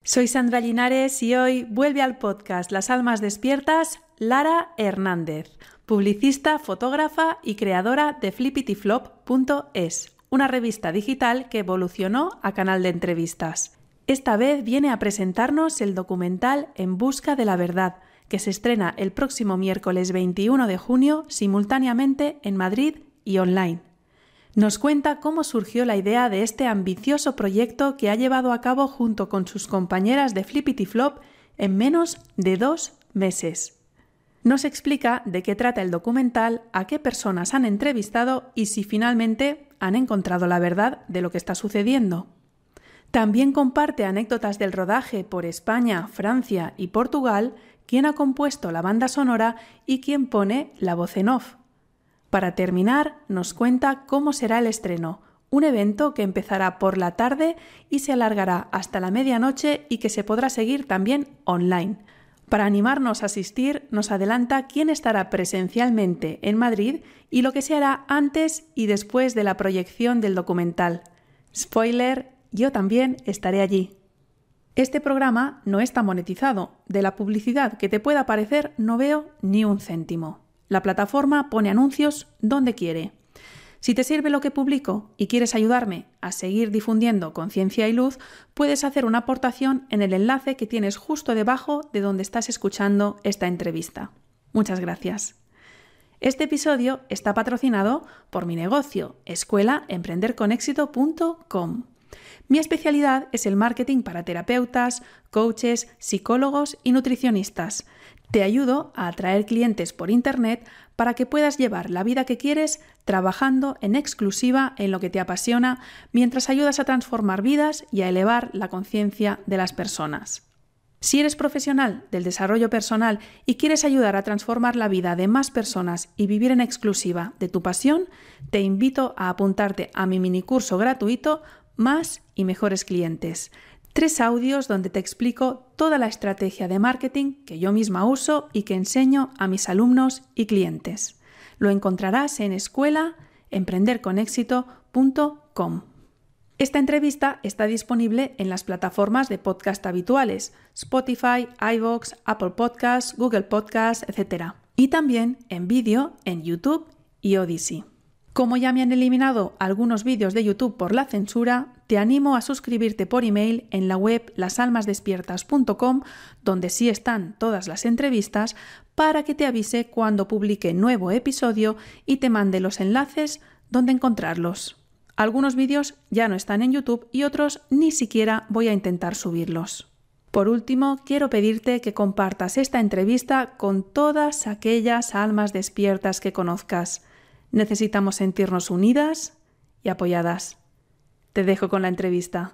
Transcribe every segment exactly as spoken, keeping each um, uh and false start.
Soy Sandra Linares y hoy vuelve al podcast Las Almas Despiertas Lara Hernández, publicista, fotógrafa y creadora de flipityflop punto es, una revista digital que evolucionó a canal de entrevistas. Esta vez viene a presentarnos el documental En busca de la verdad, que se estrena el próximo miércoles veintiuno de junio simultáneamente en Madrid y online. Nos cuenta cómo surgió la idea de este ambicioso proyecto que ha llevado a cabo junto con sus compañeras de Flipityflop en menos de dos meses. Nos explica de qué trata el documental, a qué personas han entrevistado y si finalmente han encontrado la verdad de lo que está sucediendo. También comparte anécdotas del rodaje por España, Francia y Portugal, quién ha compuesto la banda sonora y quién pone la voz en off. Para terminar, nos cuenta cómo será el estreno, un evento que empezará por la tarde y se alargará hasta la medianoche y que se podrá seguir también online. Para animarnos a asistir, nos adelanta quién estará presencialmente en Madrid y lo que se hará antes y después de la proyección del documental. Spoiler, yo también estaré allí. Este programa no está monetizado. De la publicidad que te pueda aparecer no veo ni un céntimo. La plataforma pone anuncios donde quiere. Si te sirve lo que publico y quieres ayudarme a seguir difundiendo conciencia y luz, puedes hacer una aportación en el enlace que tienes justo debajo de donde estás escuchando esta entrevista. Muchas gracias. Este episodio está patrocinado por mi negocio, escuela emprender con éxito punto com. Mi especialidad es el marketing para terapeutas, coaches, psicólogos y nutricionistas. Te ayudo a atraer clientes por Internet para que puedas llevar la vida que quieres trabajando en exclusiva en lo que te apasiona mientras ayudas a transformar vidas y a elevar la conciencia de las personas. Si eres profesional del desarrollo personal y quieres ayudar a transformar la vida de más personas y vivir en exclusiva de tu pasión, te invito a apuntarte a mi minicurso gratuito Más y Mejores Clientes. Tres audios donde te explico toda la estrategia de marketing que yo misma uso y que enseño a mis alumnos y clientes. Lo encontrarás en escuela emprender con éxito punto com. Esta entrevista está disponible en las plataformas de podcast habituales, Spotify, iVoox, Apple Podcasts, Google Podcasts, etcétera. Y también en vídeo en YouTube y Odyssey. Como ya me han eliminado algunos vídeos de YouTube por la censura, te animo a suscribirte por email en la web las almas despiertas punto com, donde sí están todas las entrevistas, para que te avise cuando publique nuevo episodio y te mande los enlaces donde encontrarlos. Algunos vídeos ya no están en YouTube y otros ni siquiera voy a intentar subirlos. Por último, quiero pedirte que compartas esta entrevista con todas aquellas almas despiertas que conozcas. Necesitamos sentirnos unidas y apoyadas. Te dejo con la entrevista.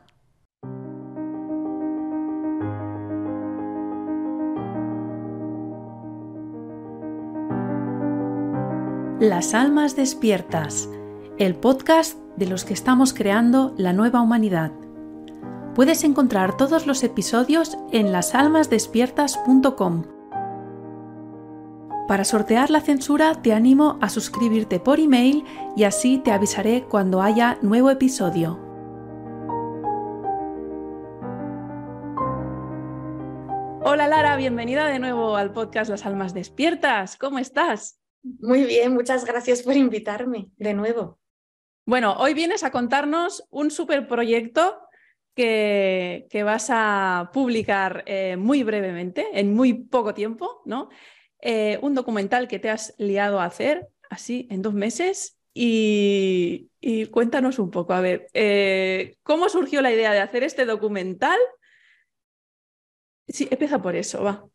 Las Almas Despiertas, el podcast de los que estamos creando la nueva humanidad. Puedes encontrar todos los episodios en las almas despiertas punto com. Para sortear la censura te animo a suscribirte por email y así te avisaré cuando haya nuevo episodio. Hola Lara, bienvenida de nuevo al podcast Las Almas Despiertas. ¿Cómo estás? Muy bien, muchas gracias por invitarme de nuevo. Bueno, hoy vienes a contarnos un súper proyecto que, que vas a publicar eh, muy brevemente, en muy poco tiempo, ¿no? Eh, un documental que te has liado a hacer así en dos meses y, y cuéntanos un poco, a ver, eh, ¿cómo surgió la idea de hacer este documental? Sí, empieza por eso, va.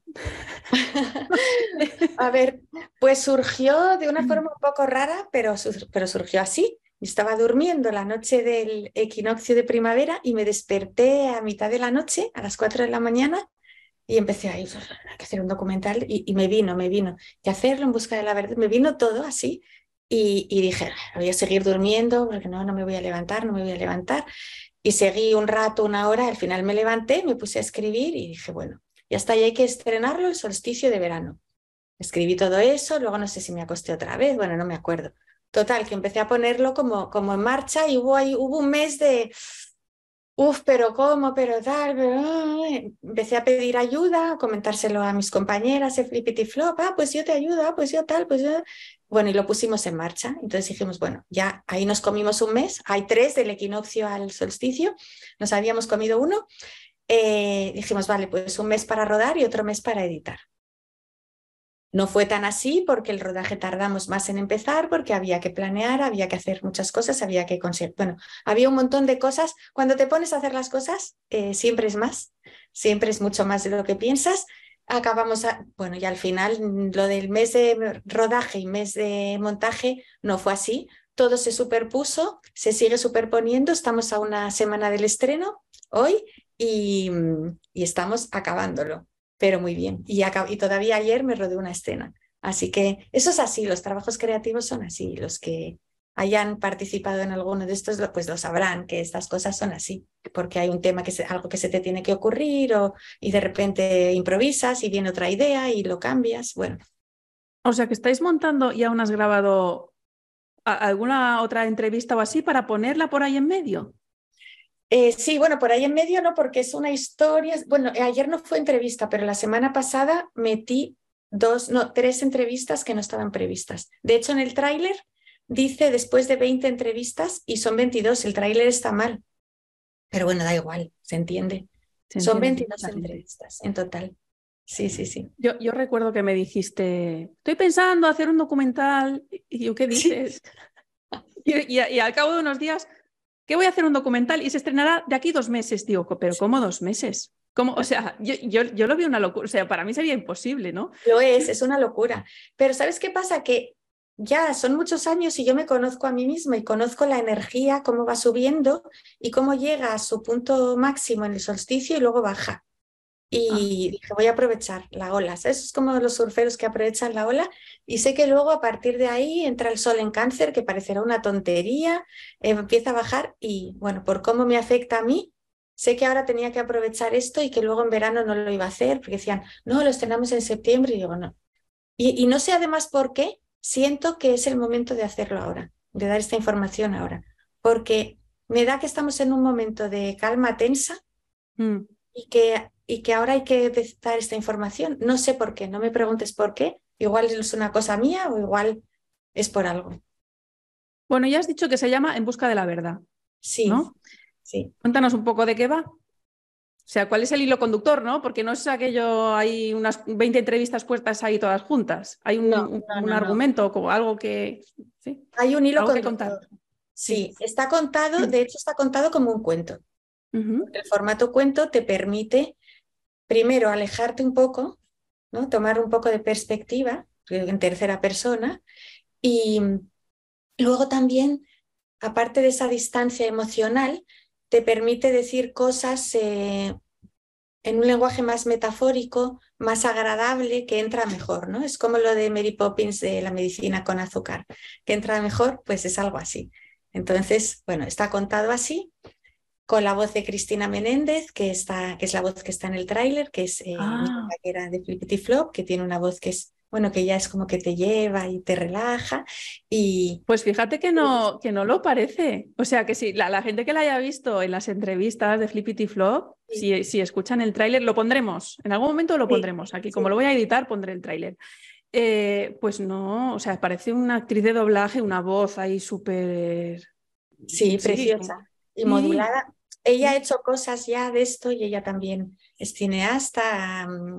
A ver, pues surgió de una forma un poco rara, pero, pero surgió así. Estaba durmiendo la noche del equinoccio de primavera y me desperté a mitad de la noche, a las cuatro de la mañana, y empecé a, ir, a hacer un documental y, y me vino, me vino. Y hacerlo en busca de la verdad, me vino todo así. Y, y dije, voy a seguir durmiendo porque no, no me voy a levantar, no me voy a levantar. Y seguí un rato, una hora, al final me levanté, me puse a escribir y dije, bueno, ya está, ya hay que estrenarlo el solsticio de verano. Escribí todo eso, luego no sé si me acosté otra vez, bueno, no me acuerdo. Total, que empecé a ponerlo como, como en marcha y hubo, ahí, hubo un mes de... uf, pero cómo, pero tal, pero... Empecé a pedir ayuda, a comentárselo a mis compañeras de Flippity Flop, ah, pues yo te ayudo, ah, pues yo tal, pues yo... Bueno, y lo pusimos en marcha. Entonces dijimos, bueno, ya ahí nos comimos un mes, hay tres del equinoccio al solsticio, nos habíamos comido uno, eh, dijimos, vale, pues un mes para rodar y otro mes para editar. No fue tan así porque el rodaje tardamos más en empezar, porque había que planear, había que hacer muchas cosas, había que conseguir, bueno, había un montón de cosas. Cuando te pones a hacer las cosas, eh, siempre es más, siempre es mucho más de lo que piensas. Acabamos, a, bueno, y al final lo del mes de rodaje y mes de montaje no fue así. Todo se superpuso, se sigue superponiendo. Estamos a una semana del estreno hoy y, y estamos acabándolo. Pero muy bien. Y, y todavía ayer me rodé una escena. Así que eso es así, los trabajos creativos son así. Los que hayan participado en alguno de estos, pues lo sabrán, que estas cosas son así, porque hay un tema, que se, algo que se te tiene que ocurrir o, y de repente improvisas y viene otra idea y lo cambias. Bueno. O sea, que estáis montando y aún has grabado alguna otra entrevista o así para ponerla por ahí en medio. Eh, sí, bueno, por ahí en medio no, porque es una historia. Bueno, ayer no fue entrevista, pero la semana pasada metí dos, no, tres entrevistas que no estaban previstas. De hecho, en el tráiler dice después de veinte entrevistas y son veintidós. El tráiler está mal, pero bueno, da igual, se entiende. Se son entiende veintidós entrevistas en total. Sí, sí, sí. Yo, yo recuerdo que me dijiste, estoy pensando hacer un documental. Y yo, ¿qué dices? Sí. Y, y, y al cabo de unos días, ¿qué voy a hacer un documental? Y se estrenará de aquí dos meses. Digo, ¿pero cómo dos meses? ¿Cómo? O sea, yo, yo, yo lo veo una locura. O sea, para mí sería imposible, ¿no? Lo es, es una locura. Pero ¿sabes qué pasa? Que ya son muchos años y yo me conozco a mí misma y conozco la energía, cómo va subiendo y cómo llega a su punto máximo en el solsticio y luego baja. Y ah. dije, voy a aprovechar la ola. Eso es como los surferos que aprovechan la ola. Y sé que luego a partir de ahí entra el sol en Cáncer, que parecerá una tontería, eh, empieza a bajar y bueno, por cómo me afecta a mí, sé que ahora tenía que aprovechar esto y que luego en verano no lo iba a hacer, porque decían, no, lo estrenamos en septiembre. Y digo, no. Y, y no sé además por qué, siento que es el momento de hacerlo ahora, de dar esta información ahora, porque me da que estamos en un momento de calma tensa mm. y que... y que ahora hay que dar esta información. No sé por qué, no me preguntes por qué. Igual es una cosa mía o igual es por algo. Bueno, ya has dicho que se llama En busca de la verdad. Sí, ¿no? sí. Cuéntanos un poco de qué va. O sea, ¿cuál es el hilo conductor, no? Porque no es aquello, hay unas veinte entrevistas puestas ahí todas juntas. Hay un, no, un, no, un no, argumento, no. Como algo que... ¿sí? Hay un hilo algo conductor. Que contar. Sí, sí, está contado, de hecho está contado como un cuento. Uh-huh. Porque el formato cuento te permite primero alejarte un poco, ¿no? Tomar un poco de perspectiva en tercera persona y luego también, aparte de esa distancia emocional, te permite decir cosas eh, en un lenguaje más metafórico, más agradable, que entra mejor, ¿no? Es como lo de Mary Poppins de la medicina con azúcar, que entra mejor, pues es algo así. Entonces, bueno, está contado así, con la voz de Cristina Menéndez, que, está, que es la voz que está en el tráiler, que es eh, ah. mi compañera de Flippity Flop, que tiene una voz que es, bueno, que ya es como que te lleva y te relaja. Y... Pues fíjate que no, que no lo parece. O sea, que si la, la gente que la haya visto en las entrevistas de Flippity Flop, sí. si, si escuchan el tráiler, lo pondremos. En algún momento lo pondremos. Aquí, como sí. lo voy a editar, pondré el tráiler. Eh, pues no, o sea, parece una actriz de doblaje, una voz ahí súper... Sí, sí, preciosa y modulada. Ella ha hecho cosas ya de esto y ella también es cineasta, um,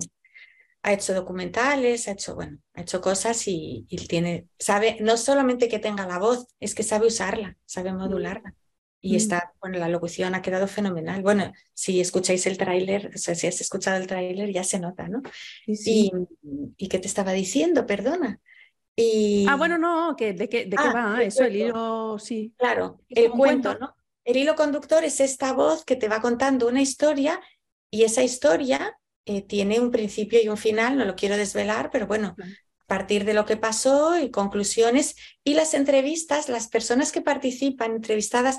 ha hecho documentales, ha hecho, bueno, ha hecho cosas y, y tiene, sabe, no solamente que tenga la voz, es que sabe usarla, sabe modularla. Y mm. está, bueno, la locución ha quedado fenomenal. Bueno, si escucháis el tráiler, o sea, si has escuchado el tráiler ya se nota, ¿no? Sí, sí. Y, ¿y qué te estaba diciendo? Perdona. Y... Ah, bueno, no, que, ¿de, qué, de ah, qué va el eso? cuento. El hilo, sí. Claro, el cuento, cuento, ¿no? El hilo conductor es esta voz que te va contando una historia y esa historia eh, tiene un principio y un final, no lo quiero desvelar, pero bueno, a partir de lo que pasó y conclusiones. Y las entrevistas, las personas que participan entrevistadas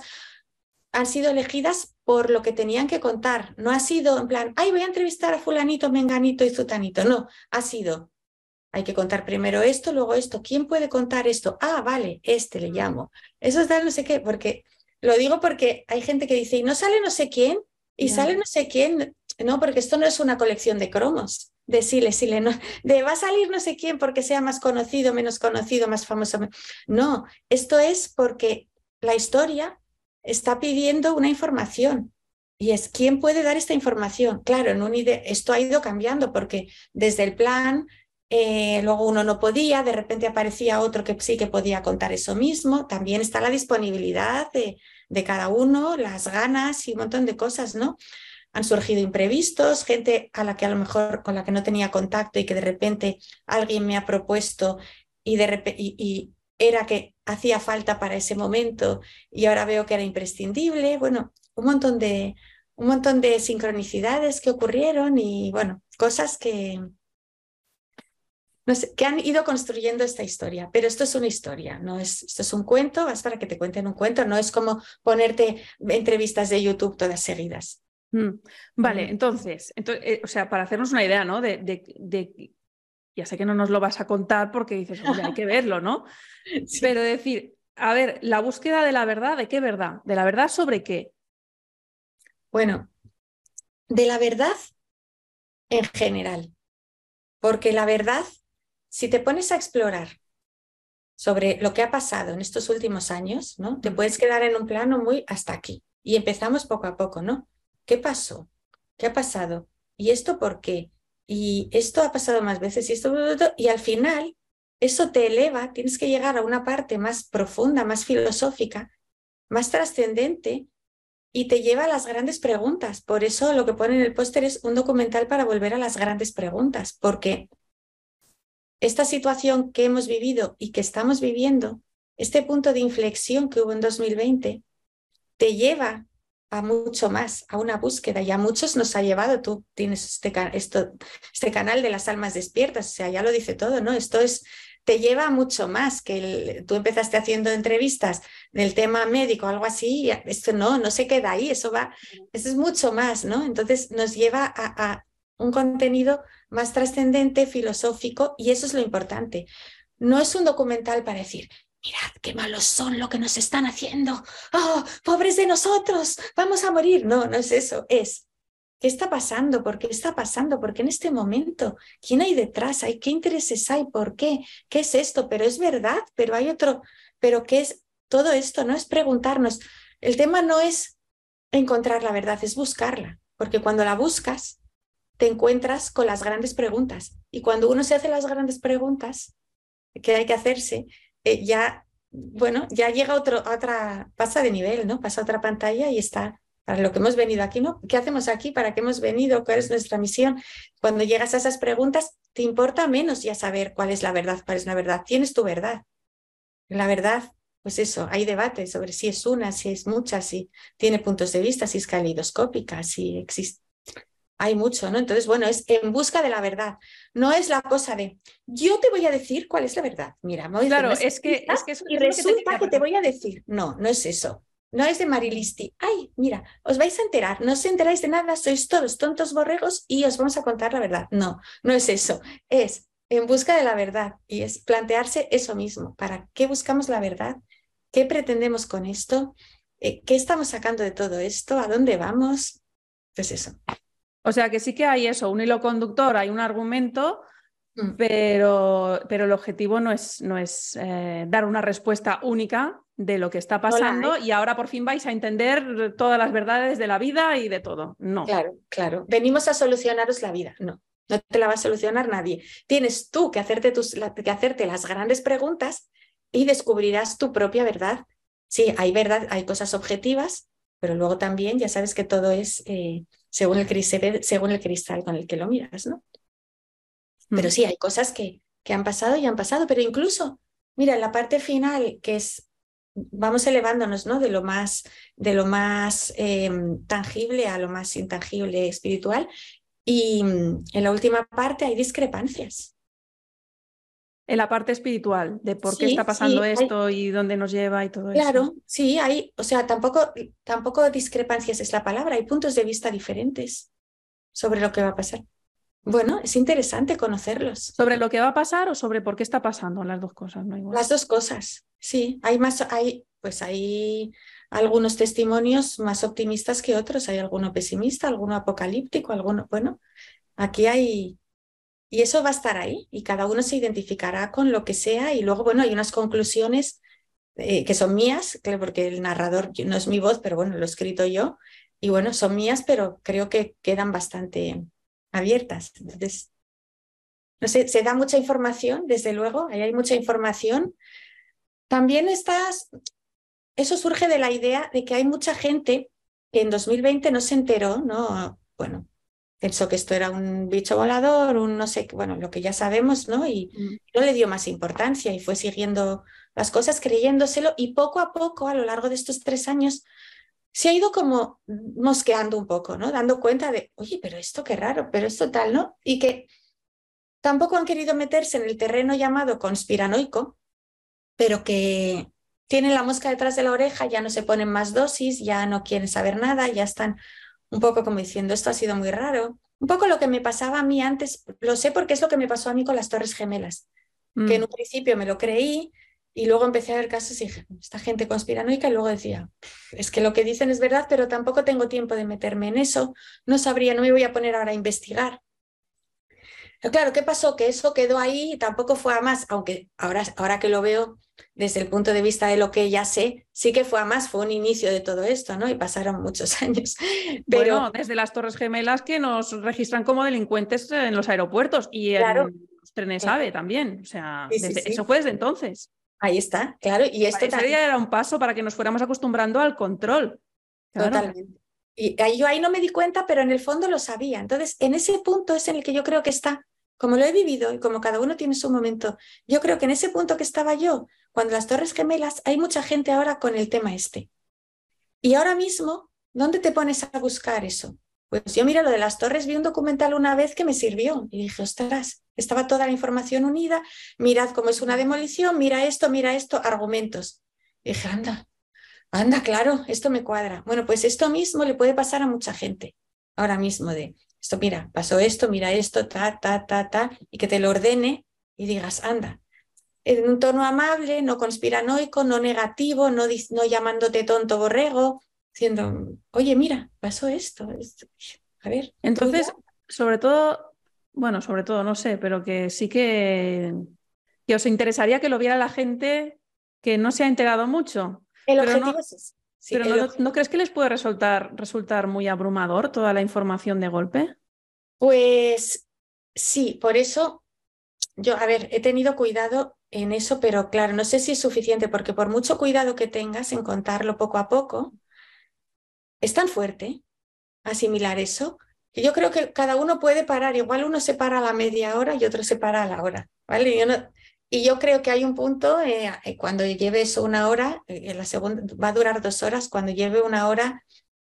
han sido elegidas por lo que tenían que contar. No ha sido en plan, ay, voy a entrevistar a fulanito, menganito y zutanito. No, ha sido, hay que contar primero esto, luego esto. ¿Quién puede contar esto? Ah, vale, este le llamo. Eso es dar no sé qué, porque... Lo digo porque hay gente que dice, y no sale no sé quién, y Ya. sale no sé quién. No, porque esto no es una colección de cromos, de Sile, Sile, no, de va a salir no sé quién porque sea más conocido, menos conocido, más famoso. No, esto es porque la historia está pidiendo una información. Y es, ¿quién puede dar esta información? Claro, en un ide- esto ha ido cambiando porque desde el plan, eh, luego uno no podía, de repente aparecía otro que sí que podía contar eso mismo. También está la disponibilidad de, de cada uno, las ganas y un montón de cosas, ¿no? Han surgido imprevistos, gente a la que a lo mejor con la que no tenía contacto y que de repente alguien me ha propuesto y, de rep y, y era que hacía falta para ese momento y ahora veo que era imprescindible. Bueno, un montón de, un montón de sincronicidades que ocurrieron y bueno, cosas que, no sé, que han ido construyendo esta historia. Pero esto es una historia, no es, esto es un cuento, vas para que te cuenten un cuento, no es como ponerte entrevistas de YouTube todas seguidas. Mm. Vale, entonces, entonces eh, o sea, para hacernos una idea, ¿no? De, de, de, ya sé que no nos lo vas a contar porque dices, hombre, hay que verlo, ¿no? Sí. Pero decir, a ver, la búsqueda de la verdad, ¿de qué verdad? ¿De la verdad sobre qué? Bueno, de la verdad en general, porque la verdad, si te pones a explorar sobre lo que ha pasado en estos últimos años, ¿no? Te Mm. puedes quedar en un plano muy hasta aquí. Y empezamos poco a poco, ¿no? ¿Qué pasó? ¿Qué ha pasado? ¿Y esto por qué? Y esto ha pasado más veces y esto, y al final eso te eleva, tienes que llegar a una parte más profunda, más filosófica, más trascendente y te lleva a las grandes preguntas. Por eso lo que pone en el póster es un documental para volver a las grandes preguntas, porque esta situación que hemos vivido y que estamos viviendo, este punto de inflexión que hubo en dos mil veinte, te lleva a mucho más, a una búsqueda, y a muchos nos ha llevado. Tú tienes este, esto, este canal de las almas despiertas, o sea, ya lo dice todo, ¿no? Esto es, te lleva a mucho más, que el, tú empezaste haciendo entrevistas del tema médico, algo así, y esto no, no se queda ahí, eso va, eso es mucho más, ¿no? Entonces nos lleva a, a un contenido más trascendente, filosófico, y eso es lo importante. No es un documental para decir, mirad qué malos son lo que nos están haciendo, oh, pobres de nosotros, vamos a morir. No, no es eso, es ¿qué está pasando? ¿Por qué está pasando? ¿Por qué en este momento? ¿Quién hay detrás? ¿Hay qué intereses hay? ¿Por qué? ¿Qué es esto? Pero es verdad, pero hay otro, pero ¿qué es todo esto? No es preguntarnos. El tema no es encontrar la verdad, es buscarla, porque cuando la buscas te encuentras con las grandes preguntas y cuando uno se hace las grandes preguntas que hay que hacerse, eh, ya, bueno, ya llega otro, a otra, pasa de nivel, ¿no? Pasa a otra pantalla y está para lo que hemos venido aquí, ¿no? ¿Qué hacemos aquí? ¿Para qué hemos venido? ¿Cuál es nuestra misión? Cuando llegas a esas preguntas, te importa menos ya saber cuál es la verdad, cuál es la verdad. Tienes tu verdad. La verdad, pues eso, hay debate sobre si es una, si es muchas, si tiene puntos de vista, si es calidoscópica, si existe. Hay mucho, ¿no? Entonces, bueno, es en busca de la verdad. No es la cosa de, yo te voy a decir cuál es la verdad. Mira, me voy a hacer Claro, unas es que, es entrevistas que eso, y eso es lo que te resulta quería que te preguntar. voy a decir. No, no es eso. No es de Marilisti. Ay, mira, os vais a enterar, no os enteráis de nada, sois todos tontos borregos y os vamos a contar la verdad. No, no es eso. Es en busca de la verdad y es plantearse eso mismo. ¿Para qué buscamos la verdad? ¿Qué pretendemos con esto? Eh, ¿Qué estamos sacando de todo esto? ¿A dónde vamos? Pues eso. O sea que sí que hay eso, un hilo conductor, hay un argumento, Mm. pero, pero el objetivo no es, no es eh, dar una respuesta única de lo que está No la hay. pasando y ahora por fin vais a entender todas las verdades de la vida y de todo. No. Claro, claro. Venimos a solucionaros la vida. No, no te la va a solucionar nadie. Tienes tú que hacerte, tus, que hacerte las grandes preguntas y descubrirás tu propia verdad. Sí, hay verdad, hay cosas objetivas, pero luego también ya sabes que todo es eh, según, el, según el cristal con el que lo miras, ¿no? Pero Mm. sí, hay cosas que, que han pasado y han pasado, pero incluso, mira, en la parte final, que es, vamos elevándonos, ¿no? De lo más, de lo más eh, tangible a lo más intangible espiritual, y mm, en la última parte hay discrepancias. En la parte espiritual, de por qué está Sí, pasando sí, hay, esto y dónde nos lleva y todo eso. claro, sí, hay, o sea, tampoco, tampoco discrepancias es la palabra, hay puntos de vista diferentes sobre lo que va a pasar. Bueno, es interesante conocerlos. ¿Sobre lo que va a pasar o sobre por qué está pasando? Las dos cosas, no igual. Las dos cosas, sí. Hay más, hay, pues hay, algunos testimonios más optimistas que otros, hay alguno pesimista, alguno apocalíptico, alguno, bueno, aquí hay, y eso va a estar ahí, y cada uno se identificará con lo que sea, y luego, bueno, hay unas conclusiones eh, que son mías, claro, porque el narrador no es mi voz, pero bueno, lo he escrito yo, y bueno, son mías, pero creo que quedan bastante abiertas. Entonces, no sé, se da mucha información, desde luego, ahí hay mucha información. También estás, eso surge de la idea de que hay mucha gente que en dos mil veinte no se enteró, ¿no? Bueno, pensó que esto era un bicho volador, un no sé, bueno, lo que ya sabemos, ¿no? Y Mm. no le dio más importancia y fue siguiendo las cosas, creyéndoselo, y poco a poco, a lo largo de estos tres años, se ha ido como mosqueando un poco, ¿no? Dando cuenta de, oye, pero esto qué raro, pero esto tal, ¿no? Y que tampoco han querido meterse en el terreno llamado conspiranoico, pero que tienen la mosca detrás de la oreja, ya no se ponen más dosis, ya no quieren saber nada, ya están un poco como diciendo, esto ha sido muy raro. Un poco lo que me pasaba a mí antes, lo sé porque es lo que me pasó a mí con las Torres Gemelas, que en Mm. un principio me lo creí y luego empecé a ver casos y dije, esta gente conspiranoica, y luego decía, es que lo que dicen es verdad, pero tampoco tengo tiempo de meterme en eso, no sabría, no me voy a poner ahora a investigar. Pero claro, ¿qué pasó? Que eso quedó ahí y tampoco fue a más, aunque ahora, ahora que lo veo desde el punto de vista de lo que ya sé, sí que fue a más, fue un inicio de todo esto, ¿no? Y pasaron muchos años. Pero Bueno, desde las Torres Gemelas que nos registran como delincuentes en los aeropuertos y claro, en los trenes claro, AVE también. O sea, sí, sí, desde, eso sí, fue desde entonces. ahí está, claro, y esto Ese también, día era un paso para que nos fuéramos acostumbrando al control. Claro. totalmente. Y ahí, yo ahí no me di cuenta, pero en el fondo lo sabía. Entonces, en ese punto es en el que yo creo que está, como lo he vivido y como cada uno tiene su momento, yo creo que en ese punto que estaba yo, cuando las Torres Gemelas, hay mucha gente ahora con el tema este. Y ahora mismo, ¿dónde te pones a buscar eso? Pues yo, mira, lo de las torres, vi un documental una vez que me sirvió y dije, ostras, estaba toda la información unida, mirad cómo es una demolición, mira esto, mira esto, argumentos. Y dije, anda, anda, claro, esto me cuadra. Bueno, pues esto mismo le puede pasar a mucha gente ahora mismo de, esto, mira, pasó esto, mira esto, ta, ta, ta, ta, y que te lo ordene y digas, anda, en un tono amable, no conspiranoico, no negativo, no, no llamándote tonto borrego, diciendo, oye, mira, pasó esto, esto. A ver, tú ya. Entonces, sobre todo, bueno, sobre todo, no sé, pero que sí que, que os interesaría que lo viera la gente que no se ha enterado mucho. El Pero no, objetivo es ese. Sí, pero no, el no, objetivo. ¿no crees que les puede resultar, resultar muy abrumador toda la información de golpe? Pues sí, por eso yo, a ver, he tenido cuidado en eso, pero claro, no sé si es suficiente, porque por mucho cuidado que tengas en contarlo poco a poco, es tan fuerte asimilar eso, que yo creo que cada uno puede parar, igual uno se para a la media hora y otro se para a la hora, ¿vale? Yo no, y yo creo que hay un punto, eh, cuando lleve eso una hora, eh, la segunda va a durar dos horas, cuando lleve una hora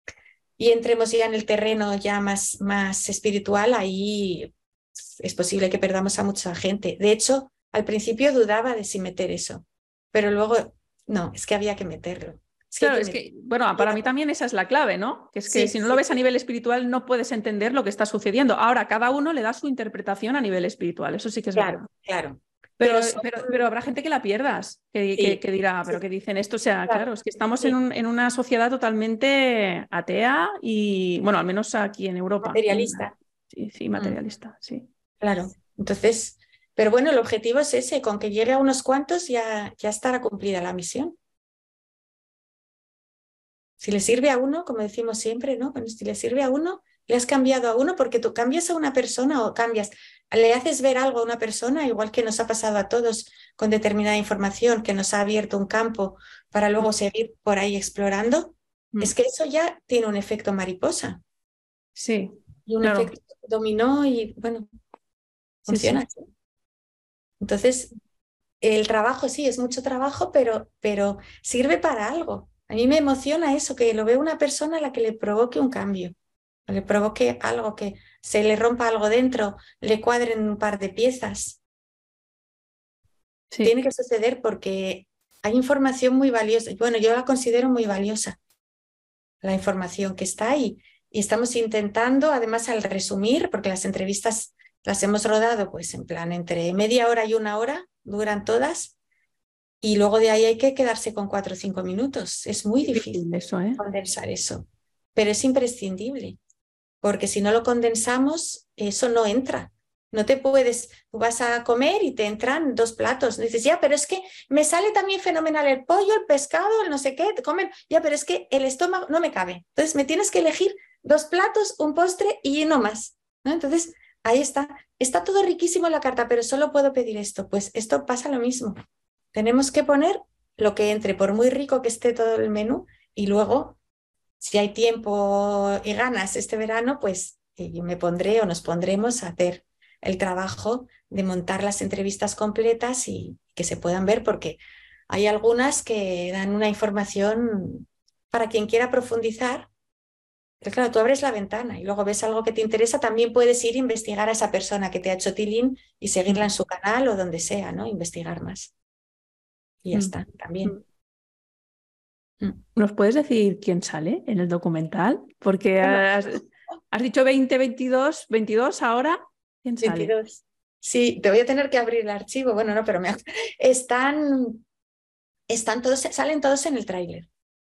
y entremos ya en el terreno ya más, más espiritual, ahí es posible que perdamos a mucha gente. De hecho, al principio dudaba de si meter eso, pero luego, no, es que había que meterlo. Es que hay Claro, que es meterlo. que, bueno, para mí también esa es la clave, ¿no? Que es que Sí, si no lo sí, ves a nivel espiritual no puedes entender lo que está sucediendo. Ahora, cada uno le da su interpretación a nivel espiritual, eso sí que es verdad. claro, claro. Pero, Pero son, pero, pero habrá gente que la pierdas, que, que, sí, que dirá, pero sí, que dicen esto, o sea, claro, claro, es que estamos en, sí, un, en una sociedad totalmente atea y, bueno, al menos aquí en Europa. En, materialista. sí, sí, Mm, materialista, sí. claro. Entonces, pero bueno, el objetivo es ese, con que llegue a unos cuantos ya, ya estará cumplida la misión. Si le sirve a uno, como decimos siempre, ¿no? Bueno, si le sirve a uno, le has cambiado a uno porque tú cambias a una persona o cambias, le haces ver algo a una persona, igual que nos ha pasado a todos con determinada información, que nos ha abierto un campo para luego seguir por ahí explorando, es Mm. que eso ya tiene un efecto mariposa Sí, y un claro, efecto dominó y bueno, sí, funciona sí. así. Entonces, el trabajo sí, es mucho trabajo, pero, pero sirve para algo. A mí me emociona eso, que lo veo una persona a la que le provoque un cambio, le provoque algo, que se le rompa algo dentro, le cuadren un par de piezas. Sí. Tiene que suceder porque hay información muy valiosa. Bueno, yo la considero muy valiosa, la información que está ahí. Y estamos intentando, además, al resumir, porque las entrevistas las hemos rodado pues en plan entre media hora y una hora, duran todas. y luego de ahí hay que quedarse con cuatro o cinco minutos. Es muy Difícil difícil eso, ¿eh? condensar eso, pero es imprescindible, porque si no lo condensamos, eso no entra. No te puedes, tú vas a comer y te entran dos platos. Dices, ya, pero es que me sale también fenomenal el pollo, el pescado, el no sé qué, te comen, ya, pero es que el estómago no me cabe. Entonces me tienes que elegir dos platos, un postre y no más, ¿no? Entonces, ahí está. Está todo riquísimo en la carta, pero solo puedo pedir esto. Pues esto pasa lo mismo. Tenemos que poner lo que entre, por muy rico que esté todo el menú, y luego, si hay tiempo y ganas este verano, pues eh, yo me pondré o nos pondremos a hacer el trabajo de montar las entrevistas completas y que se puedan ver, porque hay algunas que dan una información para quien quiera profundizar. Pero claro, tú abres la ventana y luego ves algo que te interesa, también puedes ir a investigar a esa persona que te ha hecho tilín y seguirla en su canal o donde sea, ¿no? Investigar más. Y ya Mm. está, también. Mm. ¿Nos puedes decir quién sale en el documental? Porque Bueno, has, has dicho veinte, veintidós, veintidós ahora. ¿Quién sale? veintidós. Sí, te voy a tener que abrir el archivo. Bueno, no, pero me... están, están todos, salen todos en el tráiler.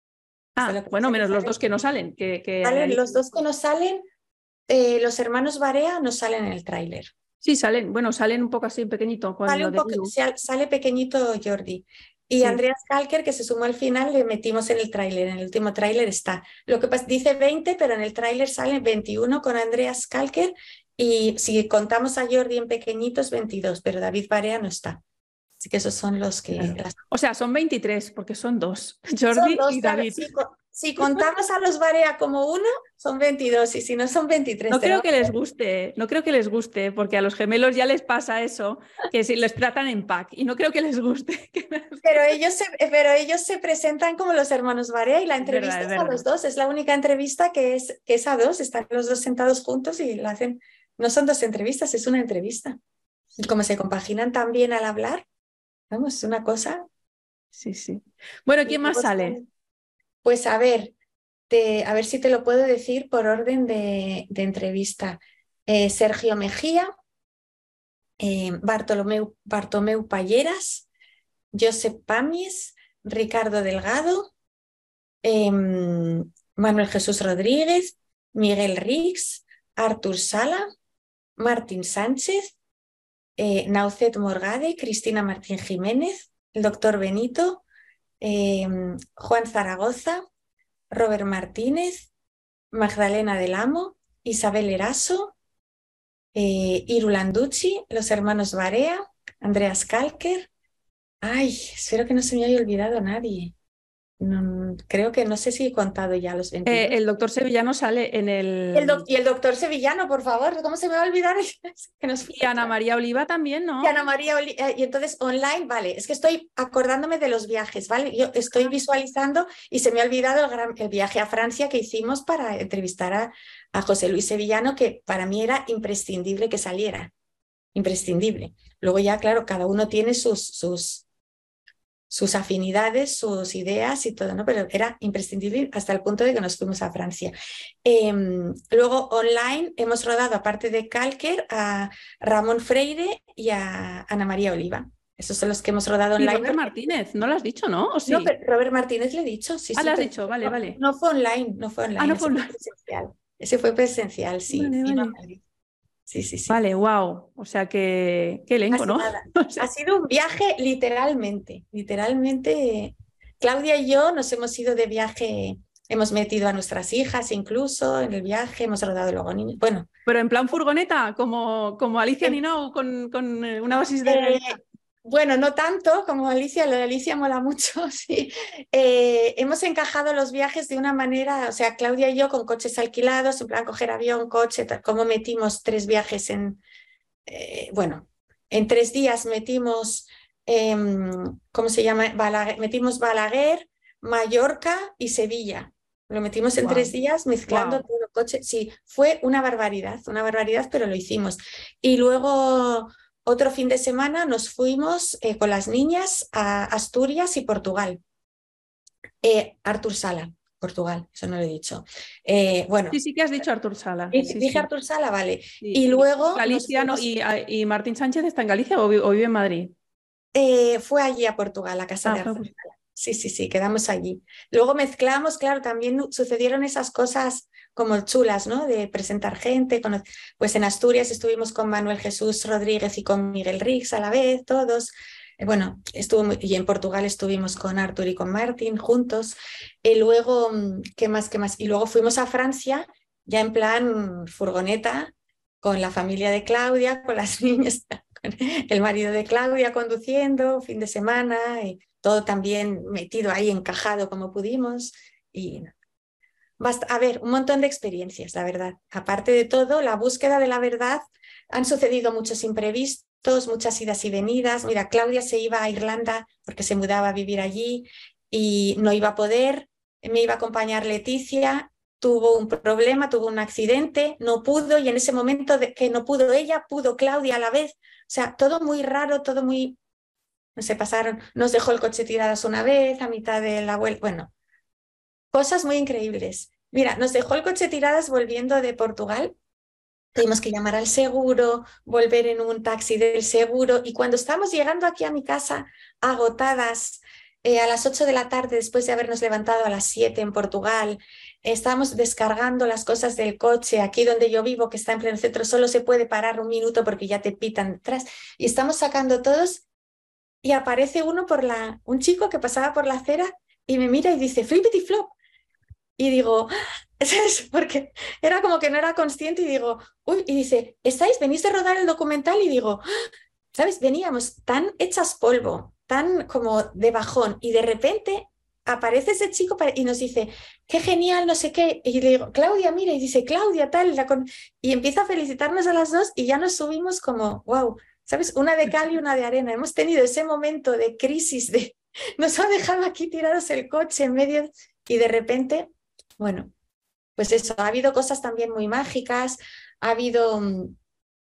Ah, bueno, menos los dos que no salen. Que, que Salen ahí... los dos que nos salen, eh, los hermanos Barea no salen en el tráiler. Sí, salen. Bueno, salen un poco así pequeñito con Sale lo un de poco, Iru. sale pequeñito Jordi. Y Sí. Andreas Kalker, que se sumó al final, le metimos en el tráiler. En el último tráiler está. Lo que pasa, dice veinte, pero en el tráiler sale veintiuno con Andreas Kalker. Y si contamos a Jordi en pequeñitos, veintidós, pero David Barea no está. Así que esos son los que... Claro. Las... O sea, son veintitrés, porque son dos, Son Jordi dos, y claro. David. Si, si contamos a los Barea como uno, son veintidós. Y si no, son veintitrés. No creo Tenemos... que les guste, no creo que les guste, porque a los gemelos ya les pasa eso, que si les tratan en pack, y no creo que les guste. Pero ellos, se, pero ellos se presentan como los hermanos Barea y la entrevista Es es, verdad, es a verdad. los dos. Es la única entrevista que es, que es a dos. Están los dos sentados juntos y la hacen. No son dos entrevistas, es una entrevista. Y como se compaginan tan bien al hablar, vamos, es una cosa. Sí, sí. Bueno, Y ¿quién más luego sale? están... Pues a ver, te, a ver si te lo puedo decir por orden de, de entrevista. Eh, Sergio Mejía, eh, Bartolomeu, Bartomeu Palleras, Josep Pamies, Ricardo Delgado, eh, Manuel Jesús Rodríguez, Miguel Rix, Artur Sala, Martín Sánchez, eh, Naucet Morgade, Cristina Martín Jiménez, el doctor Benito, eh, Juan Zaragoza, Robert Martínez, Magdalena del Amo, Isabel Eraso, eh, Iru Landucci, los hermanos Barea, Andreas Kalker. Ay, espero que no se me haya olvidado nadie. No, creo que no sé si he contado ya los Eh, veintidós. el doctor Sevillano sale en Y el, doc- el... y el doctor Sevillano, por favor, ¿cómo se me va a olvidar? Que nos Y Ana María Oliva también, Y ¿no? Ana María Oli- eh, y entonces online, vale, es que estoy acordándome de los viajes, ¿vale? Yo estoy visualizando y se me ha olvidado el, gran, el viaje a Francia que hicimos para entrevistar a, a José Luis Sevillano, que para mí era imprescindible que saliera, imprescindible. Luego ya, claro, cada uno tiene sus, sus, sus afinidades, sus ideas y todo, ¿no? Pero era imprescindible hasta el punto de que nos fuimos a Francia. Eh, luego online hemos rodado, aparte de Kalker, a Ramón Freire y a Ana María Oliva. Esos son los que hemos rodado Y online. Robert Martínez, ¿no lo has dicho, no? ¿O sí? No, pero Robert Martínez le he dicho, sí, Ah, sí. le has Pero dicho, vale, no, vale. no fue online, no fue online. Ah, no ese fue online. presencial. Ese fue presencial, sí. Vale, Vino a vale. Madrid. Sí, sí, sí. Vale, wow. O sea que, qué elenco, Así ¿no? nada. O sea, Ha sido un viaje literalmente, literalmente. Claudia y yo nos hemos ido de viaje, hemos metido a nuestras hijas incluso en el viaje, hemos rodado luego niños. Bueno, pero en plan furgoneta, como, como Alicia em, Ninau con, con eh, una dosis de eh, realidad. bueno, no tanto como Alicia, lo de Alicia mola mucho, sí. Eh, hemos encajado los viajes de una manera, o sea, Claudia y yo con coches alquilados, en plan coger avión, coche, tal, como metimos tres viajes en, eh, bueno, en tres días metimos, eh, ¿cómo se llama? Balaguer, metimos Balaguer, Mallorca y Sevilla. Lo metimos en Wow, tres días mezclando wow. todo el coche. Sí, fue una barbaridad, una barbaridad, pero lo hicimos. Y luego otro fin de semana nos fuimos eh, con las niñas a Asturias y Portugal. Eh, Artur Sala, Portugal, eso no lo he dicho. Eh, bueno, Sí, sí que has dicho Artur Sala. dije, Sí, dije sí. Artur Sala, vale. Sí. Y Y luego nos Galicia, ¿no? fuimos... Y, y Martín Sánchez está en Galicia o, vi- o vive en Madrid. Eh, fue allí a Portugal, a casa Ah, de fue Arcela. pues- Sí, sí, sí, quedamos allí. Luego mezclamos, claro, también sucedieron esas cosas como chulas, ¿no? De presentar gente. cono- Pues en Asturias estuvimos con Manuel Jesús Rodríguez y con Miguel Rix a la vez, todos. Eh, Bueno, estuvo muy- y en Portugal estuvimos con Artur y con Martín juntos. Y luego, mm, ¿qué más, qué más? Y luego fuimos a Francia, ya en plan furgoneta, con la familia de Claudia, con las niñas, con el marido de Claudia conduciendo, fin de semana, y todo también metido ahí, encajado como pudimos. Y basta, a ver, un montón de experiencias, la verdad. Aparte de todo, la búsqueda de la verdad, han sucedido muchos imprevistos, muchas idas y venidas. Mira, Claudia se iba a Irlanda porque se mudaba a vivir allí y no iba a poder. Me iba a acompañar Leticia, tuvo un problema, tuvo un accidente, no pudo y en ese momento de que no pudo ella, pudo Claudia a la vez. O sea, todo muy raro, todo muy... No sé, pasaron, nos dejó el coche tiradas una vez a mitad de la vuelta. Bueno, cosas muy increíbles. Mira, nos dejó el coche tiradas volviendo de Portugal. Tuvimos que llamar al seguro, volver en un taxi del seguro y cuando estábamos llegando aquí a mi casa, agotadas, eh, a las ocho de la tarde, después de habernos levantado a las siete en Portugal, eh, estábamos descargando las cosas del coche. Aquí donde yo vivo, que está en pleno centro, solo se puede parar un minuto porque ya te pitan detrás. Y estamos sacando todos y aparece uno por la, un chico que pasaba por la acera y me mira y dice, Flippity Flop. Y digo, ¿sabes? Porque era como que no era consciente y digo, uy, y dice, ¿estáis? ¿Venís de rodar el documental? Y digo, ¿sabes? Veníamos tan hechas polvo, tan como de bajón y de repente aparece ese chico y nos dice, qué genial, no sé qué. Y le digo, Claudia, mira, y dice, Claudia, tal, la con... y empieza a felicitarnos a las dos y ya nos subimos como, wow, ¿sabes? Una de cal y una de arena. Hemos tenido ese momento de crisis, de nos ha dejado aquí tirados el coche en medio y de repente, bueno, pues eso, ha habido cosas también muy mágicas, ha habido um,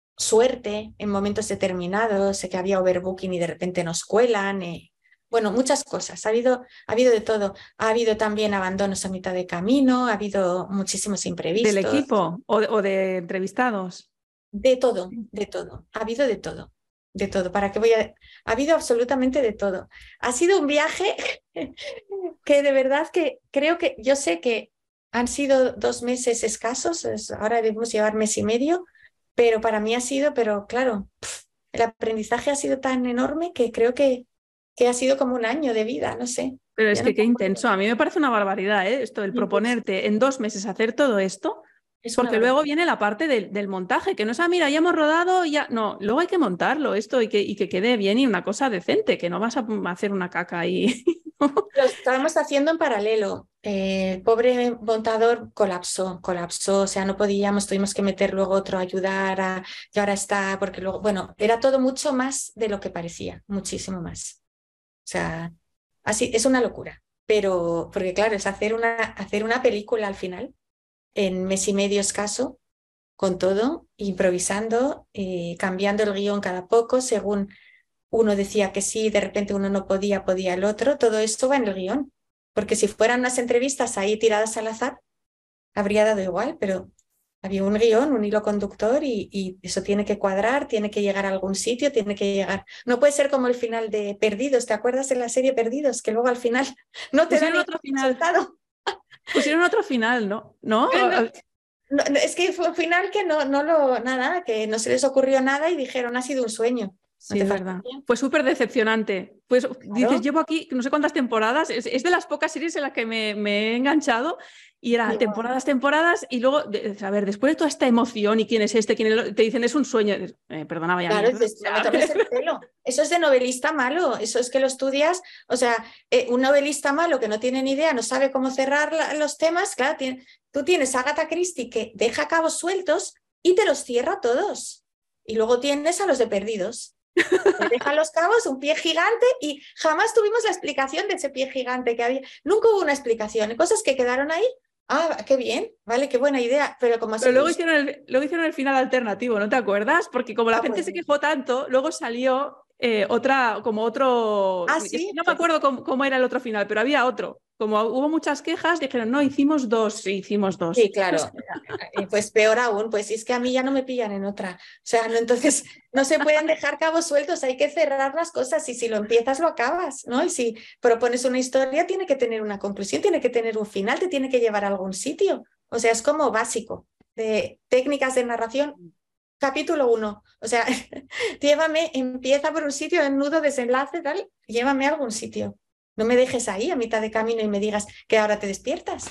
suerte en momentos determinados, sé que había overbooking y de repente nos cuelan, eh, bueno, muchas cosas, ha habido, ha habido de todo, ha habido también abandonos a mitad de camino, ha habido muchísimos ¿Del imprevistos, equipo o de, o de entrevistados? de todo, de todo, ha habido de todo, de todo, ¿para qué voy a...? Ha habibido absolutamente de todo. Ha sido un viaje que de verdad que creo que, yo sé que han sido dos meses escasos, es- ahora debemos llevar mes y medio, pero para mí ha sido, pero claro, pf, el aprendizaje ha sido tan enorme que creo que, que ha sido como un año de vida, no sé. Pero es Ya no que me qué acuerdo. intenso. A mí me parece una barbaridad, ¿eh? Esto, el Sí, pues, proponerte en dos meses hacer todo esto, es una porque luego barbaridad. viene la parte del, del montaje, que no es, ah, mira, ya hemos rodado, ya. No, luego hay que montarlo esto y que, y que quede bien y una cosa decente, que no vas a hacer una caca ahí. Lo estábamos haciendo en paralelo. Eh, el pobre montador colapsó, colapsó, o sea, no podíamos, tuvimos que meter luego otro a ayudar a, y ahora está, porque luego, bueno, era todo mucho más de lo que parecía, muchísimo más. O sea, así es una locura. Pero, porque claro, es hacer una, hacer una película al final, en mes y medio escaso, con todo, improvisando, eh, cambiando el guión cada poco, según uno decía que sí, de repente uno no podía, podía el otro, todo esto va en el guión. Porque si fueran unas entrevistas ahí tiradas al azar, habría dado igual, pero había un guión, un hilo conductor y, y eso tiene que cuadrar, tiene que llegar a algún sitio, tiene que llegar. No puede ser como el final de Perdidos, ¿te acuerdas de la serie Perdidos? Que luego al final no te da Pusieron ningún otro final, resultado. pusieron otro final, ¿no? ¿No? No, no, no, es que fue un final que no, no lo, nada, que no se les ocurrió nada y dijeron, ha sido un sueño. No Sí, te es verdad. fastidies. Fue súper decepcionante. Pues dices, Claro. llevo aquí no sé cuántas temporadas, es, es de las pocas series en las que me, me he enganchado y era Igual. temporadas, temporadas y luego, de, a ver, después de toda esta emoción y quién es este, quién es, te dicen es un sueño. Eh, perdona, vaya Claro, mierda. O dices, no me sea, tomes el pelo. Eso es de novelista malo, eso es que lo estudias, o sea, eh, un novelista malo que no tiene ni idea, no sabe cómo cerrar la, los temas, claro, tiene, tú tienes a Agatha Christie que deja cabos sueltos y te los cierra todos. Y luego tienes a los de Perdidos, que dejan los cabos, un pie gigante y jamás tuvimos la explicación de ese pie gigante que había. Nunca hubo una explicación, cosas que quedaron ahí. Ah, qué bien, vale, qué buena idea, pero como ha pero sido luego un... hicieron, el, luego hicieron el final alternativo, ¿no te acuerdas? Porque como la Ah, gente pues se quejó tanto, luego salió eh, otra, como otro... Ah, es que sí, no me pues, acuerdo cómo, cómo era el otro final, pero había otro. Como hubo muchas quejas, dijeron, no, hicimos dos, sí, hicimos dos. sí, claro. Eh, Pues peor aún, pues si es que a mí ya no me pillan en otra. O sea, no, entonces no se pueden dejar cabos sueltos, hay que cerrar las cosas y si lo empiezas lo acabas, ¿no? Y si propones una historia tiene que tener una conclusión, tiene que tener un final, te tiene que llevar a algún sitio. O sea, es como básico de técnicas de narración. Capítulo uno, o sea, llévame, empieza por un sitio, el nudo, desenlace, tal, llévame a algún sitio. No me dejes ahí a mitad de camino y me digas que ahora te despiertas,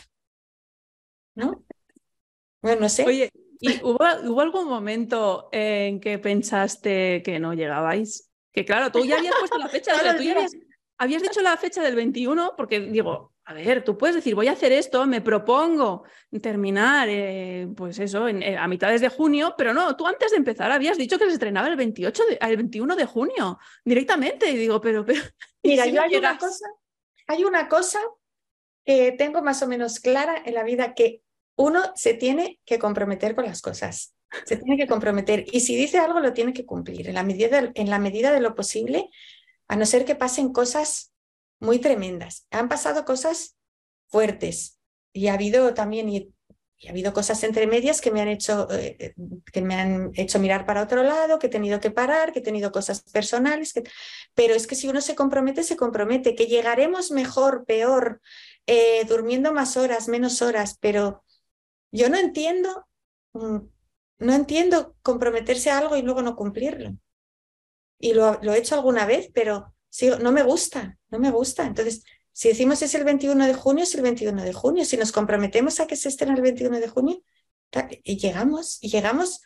¿no? Bueno, no sé. Oye, ¿y hubo, hubo algún momento en que pensaste que no llegabais? Que claro, tú ya habías puesto la fecha, o Todos sea, los tú ya días. habías, habías dicho la fecha del veintiuno, porque digo, a ver, tú puedes decir, voy a hacer esto, me propongo terminar, eh, pues eso, en, eh, a mitades de junio, pero no, tú antes de empezar habías dicho que se estrenaba el veintiocho de- el veintiuno de junio, directamente, y digo, pero, pero, ¿y Mira, si yo no hay una llegas? cosa, hay una cosa que tengo más o menos clara en la vida, que uno se tiene que comprometer con las cosas, se tiene que comprometer y si dice algo lo tiene que cumplir en la medida, en la medida de lo posible, a no ser que pasen cosas muy tremendas. Han pasado cosas fuertes y ha habido también y, y ha habido cosas entre medias que me han hecho eh, que me han hecho mirar para otro lado, que he tenido que parar, que he tenido cosas personales, que... pero es que si uno se compromete, se compromete, que llegaremos mejor, peor, eh, durmiendo más horas, menos horas, pero yo no entiendo, mm, no entiendo comprometerse a algo y luego no cumplirlo. Y lo, lo he hecho alguna vez, pero sí, no me gusta, no me gusta. Entonces, si decimos es el veintiuno de junio, es el veintiuno de junio. Si nos comprometemos a que se estrene el veintiuno de junio, y llegamos, y llegamos,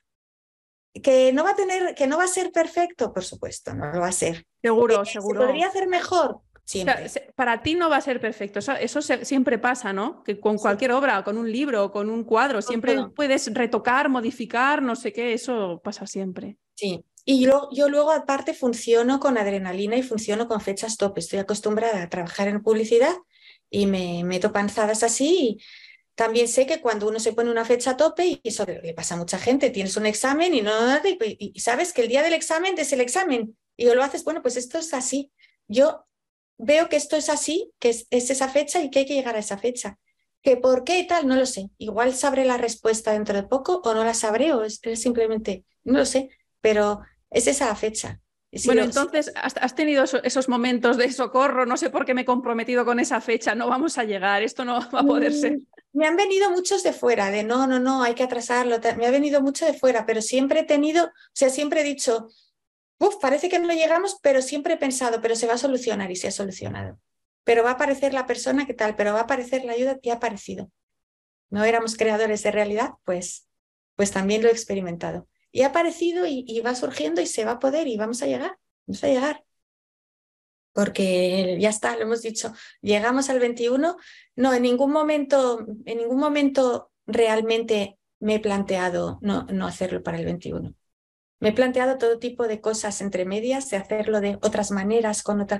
que no va a tener, que no va a ser perfecto, por supuesto, no lo va a ser. Eh, Seguro, ¿Se seguro. podría hacer mejor? O sea, Siempre. se- para ti no va a ser perfecto. Eso, eso se- siempre pasa, ¿no? Que con Sí, cualquier obra, con un libro, con un cuadro, con siempre todo. puedes retocar, modificar, no sé qué, eso pasa siempre. Sí. Y yo, yo luego aparte funciono con adrenalina y funciono con fechas tope. Estoy acostumbrada a trabajar en publicidad y me meto panzadas así. También sé que cuando uno se pone una fecha tope, y eso le pasa a mucha gente, tienes un examen y no y, y sabes que el día del examen es el examen y lo haces, bueno, pues esto es así. Yo veo que esto es así, que es, es esa fecha y que hay que llegar a esa fecha. ¿Que por qué y tal? No lo sé. Igual sabré la respuesta dentro de poco o no la sabré o es, es simplemente, no lo sé, pero es esa fecha. Si Bueno, lo, si entonces has, has tenido eso- esos momentos de socorro, no sé por qué me he comprometido con esa fecha, no vamos a llegar, esto no va a poder ser. Mm, Me han venido muchos de fuera, de no, no, no, hay que atrasarlo. tal. Me ha venido mucho de fuera, pero siempre he tenido, o sea, siempre he dicho, uff, parece que no llegamos, pero siempre he pensado, pero se va a solucionar y se ha solucionado. Pero va a aparecer la persona que tal, pero va a aparecer la ayuda y ha aparecido. No éramos creadores de realidad, pues, pues también lo he experimentado. Y ha aparecido y, y va surgiendo y se va a poder y vamos a llegar, vamos a llegar porque ya está, lo hemos dicho, llegamos al veintiuno, no, en ningún momento, en ningún momento realmente me he planteado no, no hacerlo para el veintiuno. Me he planteado todo tipo de cosas entre medias, de hacerlo de otras maneras, con otras,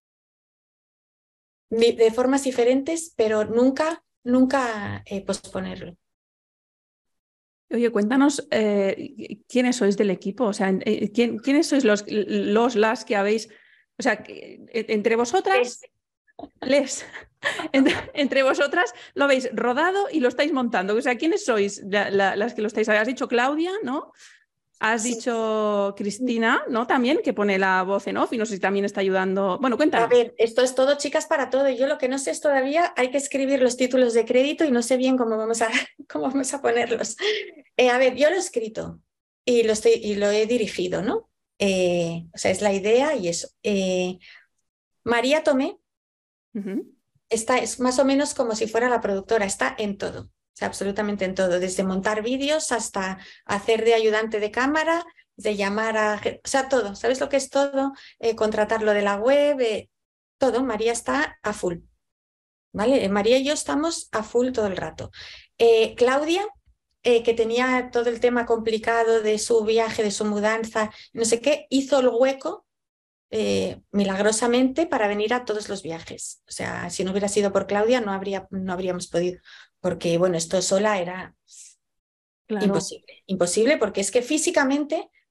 de formas diferentes, pero nunca, nunca eh, posponerlo. Oye, cuéntanos eh, quiénes sois del equipo, o sea, eh, ¿quién, quiénes sois los, los, las que habéis, o sea, que, eh, entre vosotras, Es, les, entre, entre vosotras lo habéis rodado y lo estáis montando, o sea, ¿quiénes sois la, la, las que lo estáis? Has dicho Claudia, ¿no? Has sí. dicho Cristina, ¿no? También, que pone la voz en off y no sé si también está ayudando. Bueno, A cuéntanos. ver, esto es todo, chicas, para todo. Yo lo que no sé es todavía, hay que escribir los títulos de crédito y no sé bien cómo vamos a, cómo vamos a ponerlos. Eh, a ver, yo lo he escrito y lo, estoy, y lo he dirigido, ¿no? Eh, o sea, es la idea y eso. Eh, María Tomé Uh-huh. está, es más o menos como si fuera la productora, está en todo, o sea, absolutamente en todo, desde montar vídeos hasta hacer de ayudante de cámara, de llamar a, o sea, todo, ¿sabes lo que es todo? Eh, contratar lo de la web, eh, todo, María está a full, ¿vale? María y yo estamos a full todo el rato. Eh, Claudia, eh, que tenía todo el tema complicado de su viaje, de su mudanza, no sé qué, hizo el hueco eh, milagrosamente para venir a todos los viajes. O sea, si no hubiera sido por Claudia, no, habría, no habríamos podido, porque bueno, esto sola era Claro. imposible, imposible, porque es que físicamente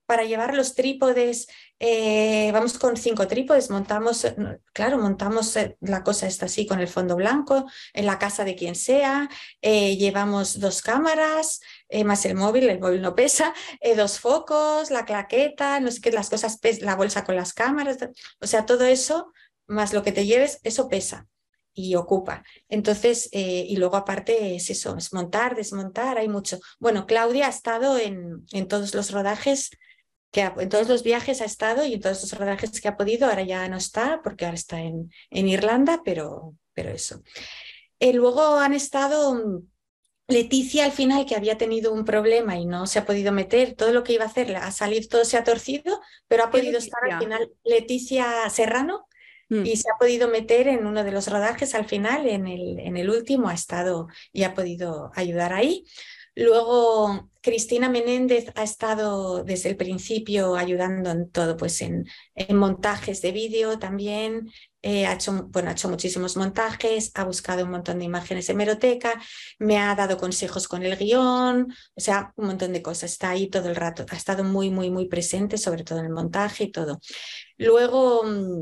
para llevar los trípodes, eh, vamos con cinco trípodes, montamos, claro, montamos la cosa esta así con el fondo blanco, en la casa de quien sea, eh, llevamos dos cámaras, eh, más el móvil, el móvil no pesa, eh, dos focos, la claqueta, no sé qué, las cosas, la bolsa con las cámaras, o sea, todo eso, más lo que te lleves, eso pesa y ocupa. Entonces, eh, y luego aparte es eso, es montar, desmontar, hay mucho. Bueno, Claudia ha estado en, en todos los rodajes, que ha, en todos los viajes ha estado y en todos los rodajes que ha podido, ahora ya no está, porque ahora está en, en Irlanda, pero, pero eso. Eh, luego han estado Leticia al final, que había tenido un problema y no se ha podido meter, todo lo que iba a hacer, a salir todo se ha torcido, pero ha podido estar al final Leticia Serrano, y se ha podido meter en uno de los rodajes al final, en el, en el último ha estado y ha podido ayudar ahí. Luego Cristina Menéndez ha estado desde el principio ayudando en todo, pues en, en montajes de vídeo también, eh, ha, hecho, bueno, ha hecho muchísimos montajes, ha buscado un montón de imágenes en hemeroteca, me ha dado consejos con el guión, o sea, un montón de cosas, está ahí todo el rato, ha estado muy, muy, muy presente, sobre todo en el montaje y todo. Luego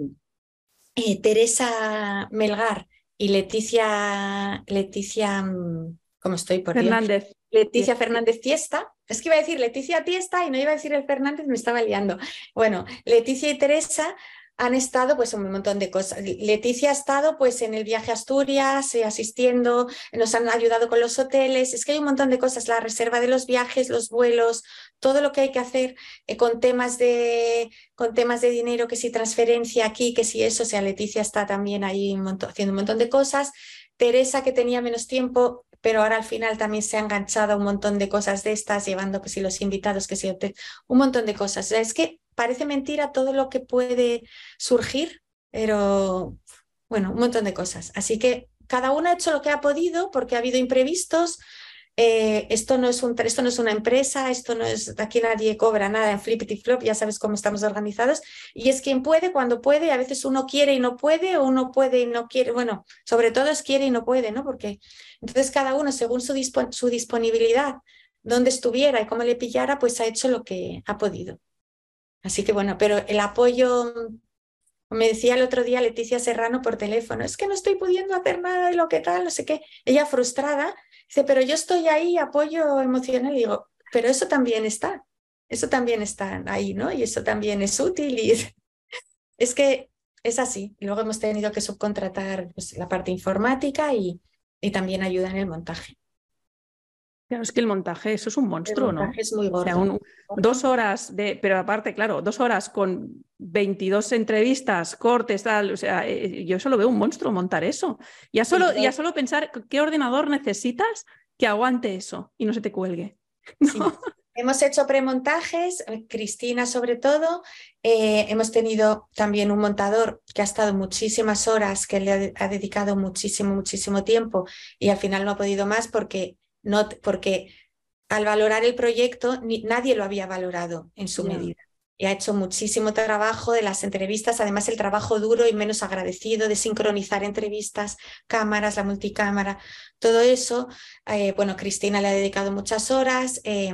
Eh, Teresa Melgar y Leticia, Leticia, ¿cómo estoy por Dios? Fernández. Leticia Fernández Tiesta. Es que iba a decir Leticia Tiesta y no iba a decir el Fernández, me estaba liando. Bueno, Leticia y Teresa han estado pues un montón de cosas. Leticia ha estado pues en el viaje a Asturias, eh, asistiendo, nos han ayudado con los hoteles, es que hay un montón de cosas, la reserva de los viajes, los vuelos, todo lo que hay que hacer eh, con temas de con temas de dinero, que si transferencia aquí, que si eso, o sea, Leticia está también ahí un montón, haciendo un montón de cosas. Teresa, que tenía menos tiempo, pero ahora al final también se ha enganchado a un montón de cosas de estas, llevando que si los invitados, que si un montón de cosas. O sea, es que parece mentira todo lo que puede surgir, pero bueno, un montón de cosas. Así que cada uno ha hecho lo que ha podido porque ha habido imprevistos. Eh, esto, no es un, esto no es una empresa, esto no es, aquí nadie cobra nada en Flippity Flop, ya sabes cómo estamos organizados, y es quien puede, cuando puede, a veces uno quiere y no puede, o uno puede y no quiere, bueno, sobre todo es quiere y no puede, ¿no? Porque entonces cada uno, según su, dispo, su disponibilidad, donde estuviera y cómo le pillara, pues ha hecho lo que ha podido. Así que bueno, pero el apoyo, me decía el otro día Leticia Serrano por teléfono, es que no estoy pudiendo hacer nada de lo que tal, no sé qué. Ella frustrada, dice, pero yo estoy ahí, apoyo emocional. Y digo, pero eso también está, eso también está ahí, ¿no? Y eso también es útil. Y es que es así. Y luego hemos tenido que subcontratar pues, la parte informática y, y también ayuda en el montaje. Claro, es que el montaje, eso es un monstruo, el montaje ¿no? Es muy gordo. O sea, un, dos horas de, pero aparte, claro, dos horas con veintidós entrevistas, cortes, tal, o sea, eh, yo solo veo un monstruo montar eso. Ya solo, sí, ya solo pensar qué ordenador necesitas que aguante eso y no se te cuelgue. ¿No? Sí. Hemos hecho premontajes, Cristina sobre todo, eh, hemos tenido también un montador que ha estado muchísimas horas, que le ha, ha dedicado muchísimo, muchísimo tiempo y al final no ha podido más porque, no, porque al valorar el proyecto ni, nadie lo había valorado en su yeah. medida. Y ha hecho muchísimo trabajo de las entrevistas, además el trabajo duro y menos agradecido de sincronizar entrevistas, cámaras, la multicámara, todo eso. Eh, bueno, Cristina le ha dedicado muchas horas. Eh,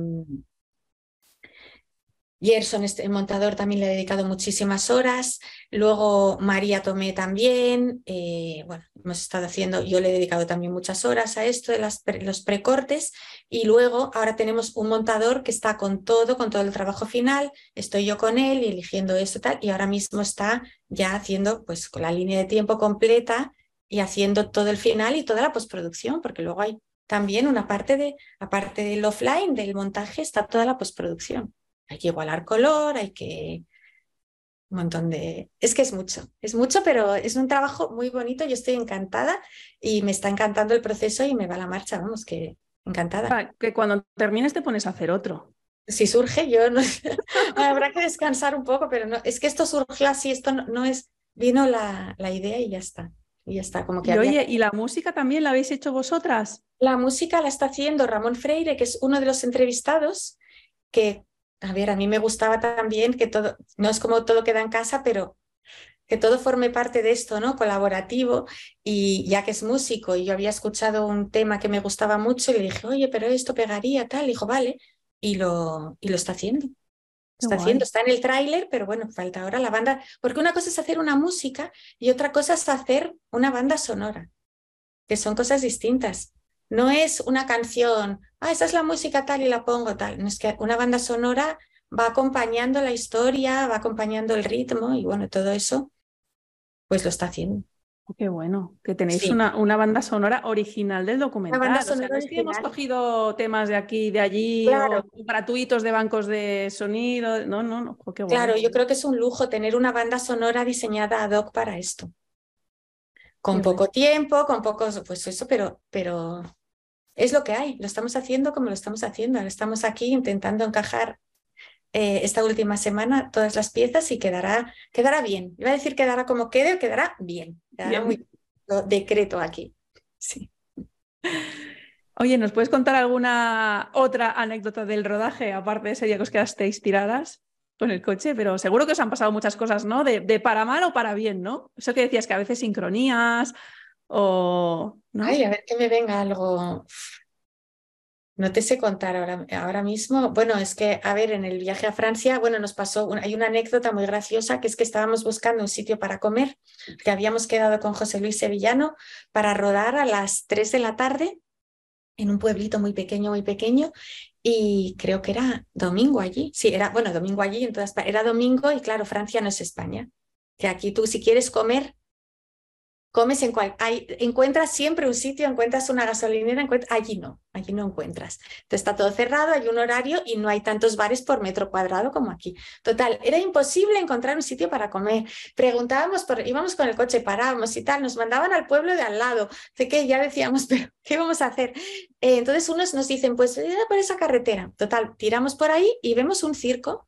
Gerson, el montador, también le ha dedicado muchísimas horas. Luego María Tomé también. Eh, bueno, hemos estado haciendo, yo le he dedicado también muchas horas a esto de las, los precortes. Y luego ahora tenemos un montador que está con todo, con todo el trabajo final. Estoy yo con él y eligiendo esto tal. Y ahora mismo está ya haciendo pues con la línea de tiempo completa y haciendo todo el final y toda la postproducción, porque luego hay también una parte de, aparte del offline, del montaje, está toda la postproducción. Hay que igualar color, hay que... Un montón de... Es que es mucho, es mucho, pero es un trabajo muy bonito. Yo estoy encantada y me está encantando el proceso y me va la marcha, vamos, que encantada. Ah, que cuando termines te pones a hacer otro. Si surge, yo no... Habrá que descansar un poco, pero no, es que esto surgió así, esto no, no es... Vino la, la idea y ya está. Y ya está, como que y había... Oye, ¿y la música también la habéis hecho vosotras? La música la está haciendo Ramón Freire, que es uno de los entrevistados que... A ver, a mí me gustaba también que todo, no es como todo queda en casa, pero que todo forme parte de esto, ¿no? Colaborativo, y ya que es músico y yo había escuchado un tema que me gustaba mucho y le dije, oye, pero esto pegaría, tal, y dijo, vale, y lo, y lo está haciendo. Está guay. haciendo, está en el tráiler, pero bueno, falta ahora la banda, porque una cosa es hacer una música y otra cosa es hacer una banda sonora, que son cosas distintas. No es una canción, ah, esa es la música tal y la pongo tal. No, es que una banda sonora va acompañando la historia, va acompañando el ritmo y bueno, todo eso, pues lo está haciendo. Qué bueno, que tenéis Sí, una, una banda sonora original del una documental. banda O sea, sonora no es que hemos original. cogido temas de aquí y de allí o Claro, gratuitos de bancos de sonido. No, no, no. Jo, qué claro, guay. yo creo que es un lujo tener una banda sonora diseñada ad hoc para esto. Con Qué bueno. poco tiempo, con pocos, pues eso, pero, pero es lo que hay. Lo estamos haciendo como lo estamos haciendo. Ahora estamos aquí intentando encajar eh, esta última semana todas las piezas y quedará, quedará bien. Iba a decir quedará como quede, quedará bien. Quedará muy Bien. lo decreto aquí. Sí. Oye, ¿nos puedes contar alguna otra anécdota del rodaje, aparte de ese día que os quedasteis tiradas con el coche? Pero seguro que os han pasado muchas cosas, ¿no? De, de para mal o para bien, ¿no? Eso que decías que a veces sincronías o... Ay, ¿no? a ver que me venga algo. No te sé contar ahora, ahora mismo. Bueno, es que, a ver, en el viaje a Francia, bueno, nos pasó, una- hay una anécdota muy graciosa, que es que estábamos buscando un sitio para comer, que habíamos quedado con José Luis Sevillano para rodar a las tres de la tarde en un pueblito muy pequeño, muy pequeño, y creo que era domingo allí. Sí, era, bueno, domingo allí, en todas, pa- era domingo y claro, Francia no es España. Que aquí tú, si quieres comer, comes en cual, hay, encuentras siempre un sitio, encuentras una gasolinera, encuentras, allí no, allí no encuentras. Entonces está todo cerrado, hay un horario y no hay tantos bares por metro cuadrado como aquí. Total, era imposible encontrar un sitio para comer. Preguntábamos, por, íbamos con el coche, parábamos y tal, nos mandaban al pueblo de al lado. Sé que ya decíamos, pero ¿qué vamos a hacer? Eh, entonces unos nos dicen, pues eh, por esa carretera. Total, tiramos por ahí y vemos un circo.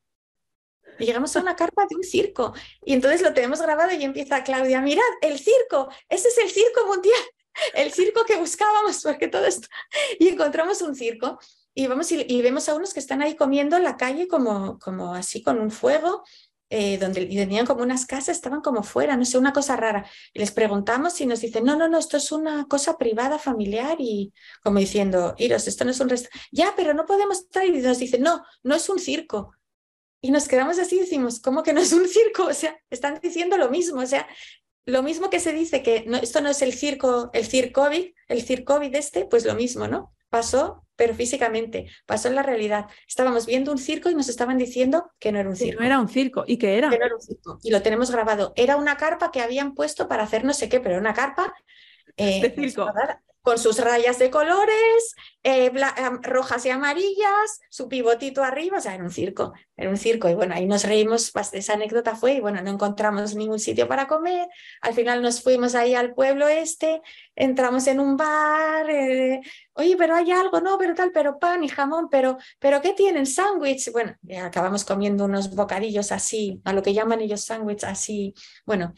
Y llegamos a una carpa de un circo. Y entonces lo tenemos grabado y empieza Claudia, mirad, el circo, ese es el circo mundial, el circo que buscábamos, porque todo esto... Y encontramos un circo y vamos y, y vemos a unos que están ahí comiendo en la calle como, como así con un fuego, eh, donde y tenían como unas casas, estaban como fuera, no sé, una cosa rara. Y les preguntamos y nos dicen, no, no, no, esto es una cosa privada, familiar y como diciendo, iros, esto no es un restaurante. Ya, pero no podemos traer. Y nos dicen, no, no es un circo. Y nos quedamos así y decimos, ¿cómo que no es un circo? O sea, están diciendo lo mismo, o sea, lo mismo que se dice que no, esto no es el circo, el circovid, el circovid este, pues lo mismo, ¿no? Pasó, pero físicamente, pasó en la realidad. Estábamos viendo un circo y nos estaban diciendo que no era un Que no circo, era un circo. ¿Y qué que era? no era un circo. Y lo tenemos grabado. Era una carpa que habían puesto para hacer no sé qué, pero una carpa De eh, circo. con sus rayas de colores, eh, rojas y amarillas, su pivotito arriba, o sea, era un circo, era un circo. Y bueno, ahí nos reímos, esa anécdota fue, y bueno, no encontramos ningún sitio para comer, al final nos fuimos ahí al pueblo este, entramos en un bar, eh, oye, pero hay algo, no, pero tal, pero pan y jamón, pero, pero ¿qué tienen? Sándwich. Bueno, acabamos comiendo unos bocadillos así, a lo que llaman ellos sándwich, así, bueno,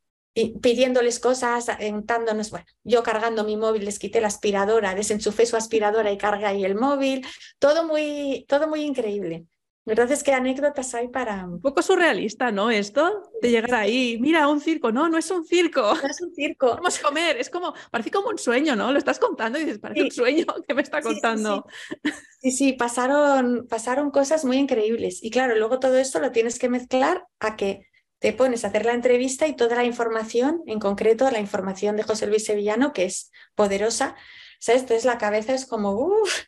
y pidiéndoles cosas, untándonos, bueno, yo cargando mi móvil, les quité la aspiradora, desenchufé su aspiradora y cargué ahí el móvil, todo muy, todo muy increíble. ¿Verdad? Es que anécdotas hay para... Un poco surrealista, ¿no? Esto de llegar ahí, mira, un circo. No, no es un circo. No es un circo. Vamos a comer. Es como, parece como un sueño, ¿no? Lo estás contando y dices, parece un Sí, sueño que me está sí, sí, contando. sí. Sí, sí, pasaron, pasaron cosas muy increíbles. Y claro, luego todo esto lo tienes que mezclar a que te pones a hacer la entrevista y toda la información, en concreto la información de José Luis Sevillano, que es poderosa, ¿sabes? Entonces la cabeza es como, uff,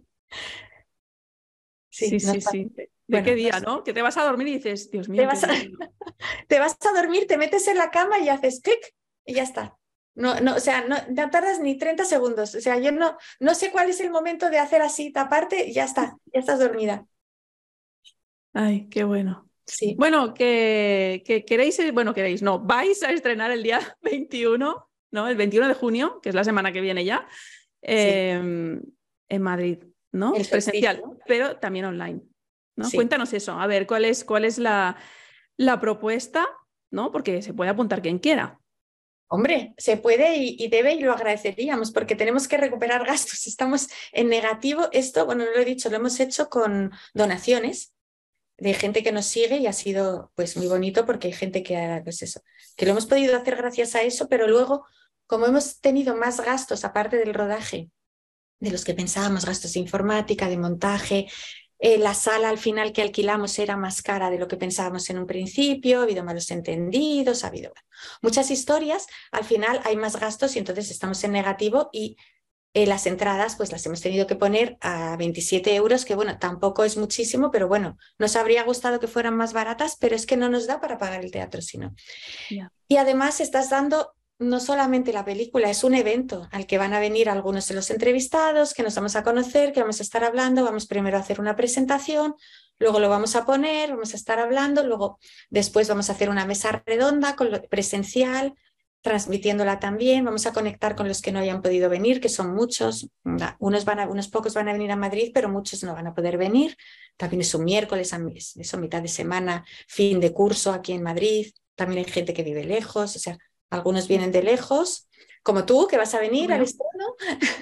sí, Sí, no es sí, fácil. sí. ¿De, de qué Bueno, no día, es- no? Que te vas a dormir y dices, Dios te mío, qué vas a, día. te vas a dormir, te metes en la cama y haces clic y ya está. No, no, o sea, no, no tardas ni treinta segundos. O sea, yo no, no sé cuál es el momento de hacer así, taparte y ya está, ya estás dormida. Ay, qué bueno. Sí, Bueno, que, que queréis, eh, bueno, queréis, no, vais a estrenar el día veintiuno, ¿no? El veintiuno de junio, que es la semana que viene ya, sí. eh, en Madrid, ¿no? El solsticio, Presencial, ¿no? pero también online, ¿no? Sí. Cuéntanos eso, a ver, ¿cuál es, cuál es la, la propuesta, ¿no? Porque se puede apuntar quien quiera. Hombre, se puede y, y debe y lo agradeceríamos porque tenemos que recuperar gastos. Estamos en negativo. Esto, bueno, no lo he dicho, lo hemos hecho con donaciones de gente que nos sigue y ha sido pues muy bonito porque hay gente que ha, pues eso, que lo hemos podido hacer gracias a eso, pero luego, como hemos tenido más gastos aparte del rodaje, de los que pensábamos, gastos de informática, de montaje, Eh, la sala al final que alquilamos era más cara de lo que pensábamos en un principio, ha habido malos entendidos, ha habido bueno, muchas historias. Al final hay más gastos y entonces estamos en negativo y eh, las entradas pues las hemos tenido que poner a veintisiete euros, que bueno, tampoco es muchísimo, pero bueno, nos habría gustado que fueran más baratas, pero es que no nos da para pagar el teatro, sino. Yeah. Y además estás dando no solamente la película, es un evento al que van a venir algunos de los entrevistados, que nos vamos a conocer, que vamos a estar hablando, vamos primero a hacer una presentación, luego lo vamos a poner, vamos a estar hablando, luego después vamos a hacer una mesa redonda con lo, presencial, transmitiéndola también, vamos a conectar con los que no hayan podido venir, que son muchos, unos, van a, unos pocos van a venir a Madrid, pero muchos no van a poder venir. También es un miércoles, eso mitad de semana, fin de curso aquí en Madrid, también hay gente que vive lejos, o sea, algunos vienen de lejos, como tú, que vas a venir Bueno. al estreno,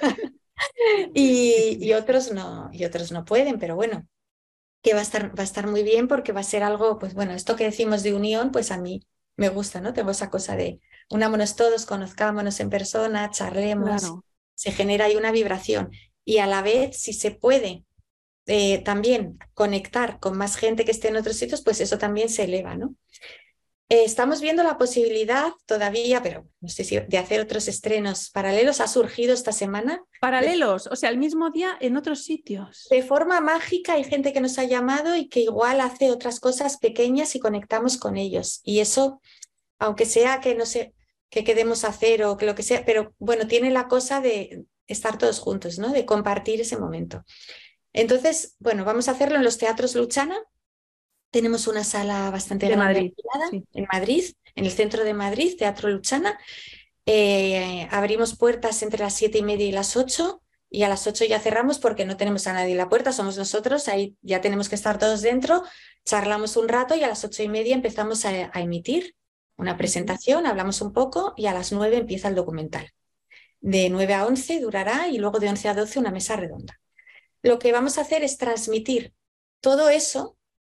y, y, otros no, y otros no pueden, pero bueno, que va a estar, va a estar muy bien porque va a ser algo, pues bueno, esto que decimos de unión, pues a mí me gusta, ¿no? Tengo esa cosa de unámonos todos, conozcámonos en persona, charlemos, Claro. Se genera ahí una vibración y a la vez, si se puede eh, también conectar con más gente que esté en otros sitios, pues eso también se eleva, ¿no? Eh, estamos viendo la posibilidad todavía, pero no sé si de hacer otros estrenos paralelos. Ha surgido esta semana. Paralelos, de, o sea, el mismo día en otros sitios. De forma mágica hay gente que nos ha llamado y que igual hace otras cosas pequeñas y conectamos con ellos. Y eso, aunque sea que no sé, que quedemos a cero o que lo que sea, pero bueno, tiene la cosa de estar todos juntos, ¿no? De compartir ese momento. Entonces, bueno, vamos a hacerlo en los teatros Luchana. Tenemos una sala bastante de grande Madrid, sí. en Madrid, en el centro de Madrid, Teatro Luchana. Eh, abrimos puertas entre las siete y media y las ocho y a las ocho ya cerramos porque no tenemos a nadie en la puerta, somos nosotros, ahí ya tenemos que estar todos dentro, charlamos un rato y a las ocho y media empezamos a, a emitir una presentación, hablamos un poco y a las nueve empieza el documental. De nueve a once durará y luego de once a doce una mesa redonda. Lo que vamos a hacer es transmitir todo eso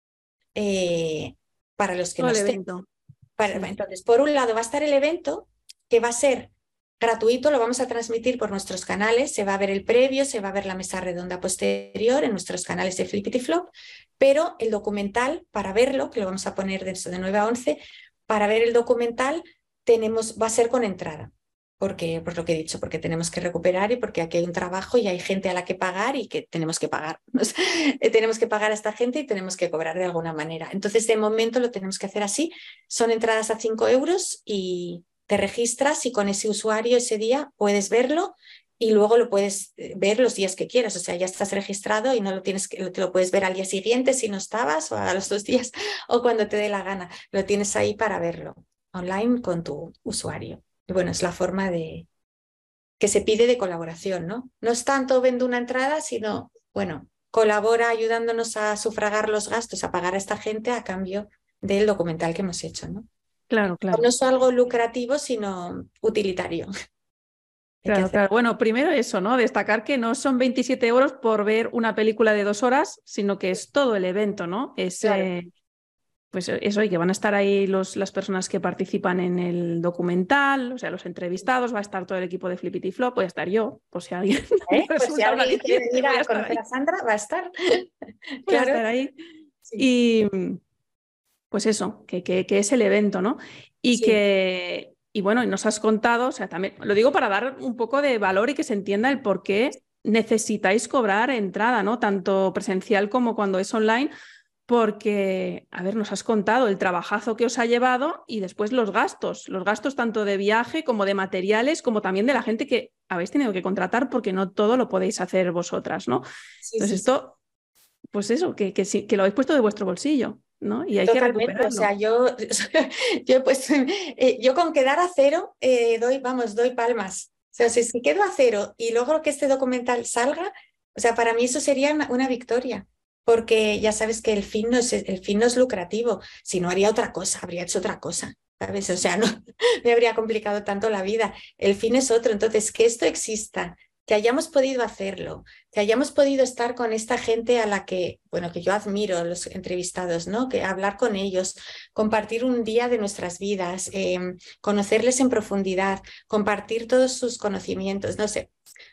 Eh, para los que Todo no el estén. evento. Para, Sí. entonces, por un lado va a estar el evento, que va a ser gratuito, lo vamos a transmitir por nuestros canales, se va a ver el previo, se va a ver la mesa redonda posterior en nuestros canales de Flippity Flop, pero el documental, para verlo, que lo vamos a poner de, de nueve a once, para ver el documental tenemos, va a ser con entrada. Porque, por lo que he dicho, porque tenemos que recuperar y porque aquí hay un trabajo y hay gente a la que pagar y que tenemos que pagar. tenemos que pagar a esta gente y tenemos que cobrar de alguna manera. Entonces, de momento lo tenemos que hacer así. Son entradas a cinco euros y te registras y con ese usuario ese día puedes verlo y luego lo puedes ver los días que quieras. O sea, ya estás registrado y no lo tienes que, te lo puedes ver al día siguiente si no estabas o a los dos días o cuando te dé la gana. Lo tienes ahí para verlo online con tu usuario. Y bueno, es la forma de que se pide de colaboración, ¿no? No es tanto vendo una entrada, sino, bueno, colabora ayudándonos a sufragar los gastos, a pagar a esta gente a cambio del documental que hemos hecho, ¿no? Claro, claro. No es algo lucrativo, sino utilitario. Claro, claro. Bueno, primero eso, ¿no? Destacar que no son veintisiete euros por ver una película de dos horas, sino que es todo el evento, ¿no? Es, claro. eh, pues eso, y que van a estar ahí los, las personas que participan en el documental, o sea, los entrevistados, va a estar todo el equipo de Flippity Flop, voy a estar yo, por si alguien... ¿Eh? Pues si alguien quiere venir a conocer a Sandra, va a estar. Voy claro. a estar ahí. Sí. Y pues eso, que, que, que es el evento, ¿no? Y sí. que... Y bueno, nos has contado, o sea, también lo digo para dar un poco de valor y que se entienda el por qué necesitáis cobrar entrada, ¿no? Tanto presencial como cuando es online, porque, a ver, nos has contado el trabajazo que os ha llevado y después los gastos, los gastos tanto de viaje como de materiales, como también de la gente que habéis tenido que contratar porque no todo lo podéis hacer vosotras, ¿no? Sí, Entonces sí, esto, sí. pues eso, que, que, que lo habéis puesto de vuestro bolsillo. ¿No? Y hay Totalmente, que recuperarlo. O sea, yo, yo pues eh, yo con quedar a cero eh, doy, vamos, doy palmas. O sea, si, si quedo a cero y logro que este documental salga, o sea, para mí eso sería una, una victoria, porque ya sabes que el fin no es el fin no es lucrativo. Si no haría otra cosa, habría hecho otra cosa, ¿sabes? O sea, no me habría complicado tanto la vida. El fin es otro. Entonces, que esto exista, que hayamos podido hacerlo, que hayamos podido estar con esta gente a la que, bueno, que yo admiro, los entrevistados, ¿no? Que hablar con ellos, compartir un día de nuestras vidas, eh, conocerles en profundidad, compartir todos sus conocimientos, no sé.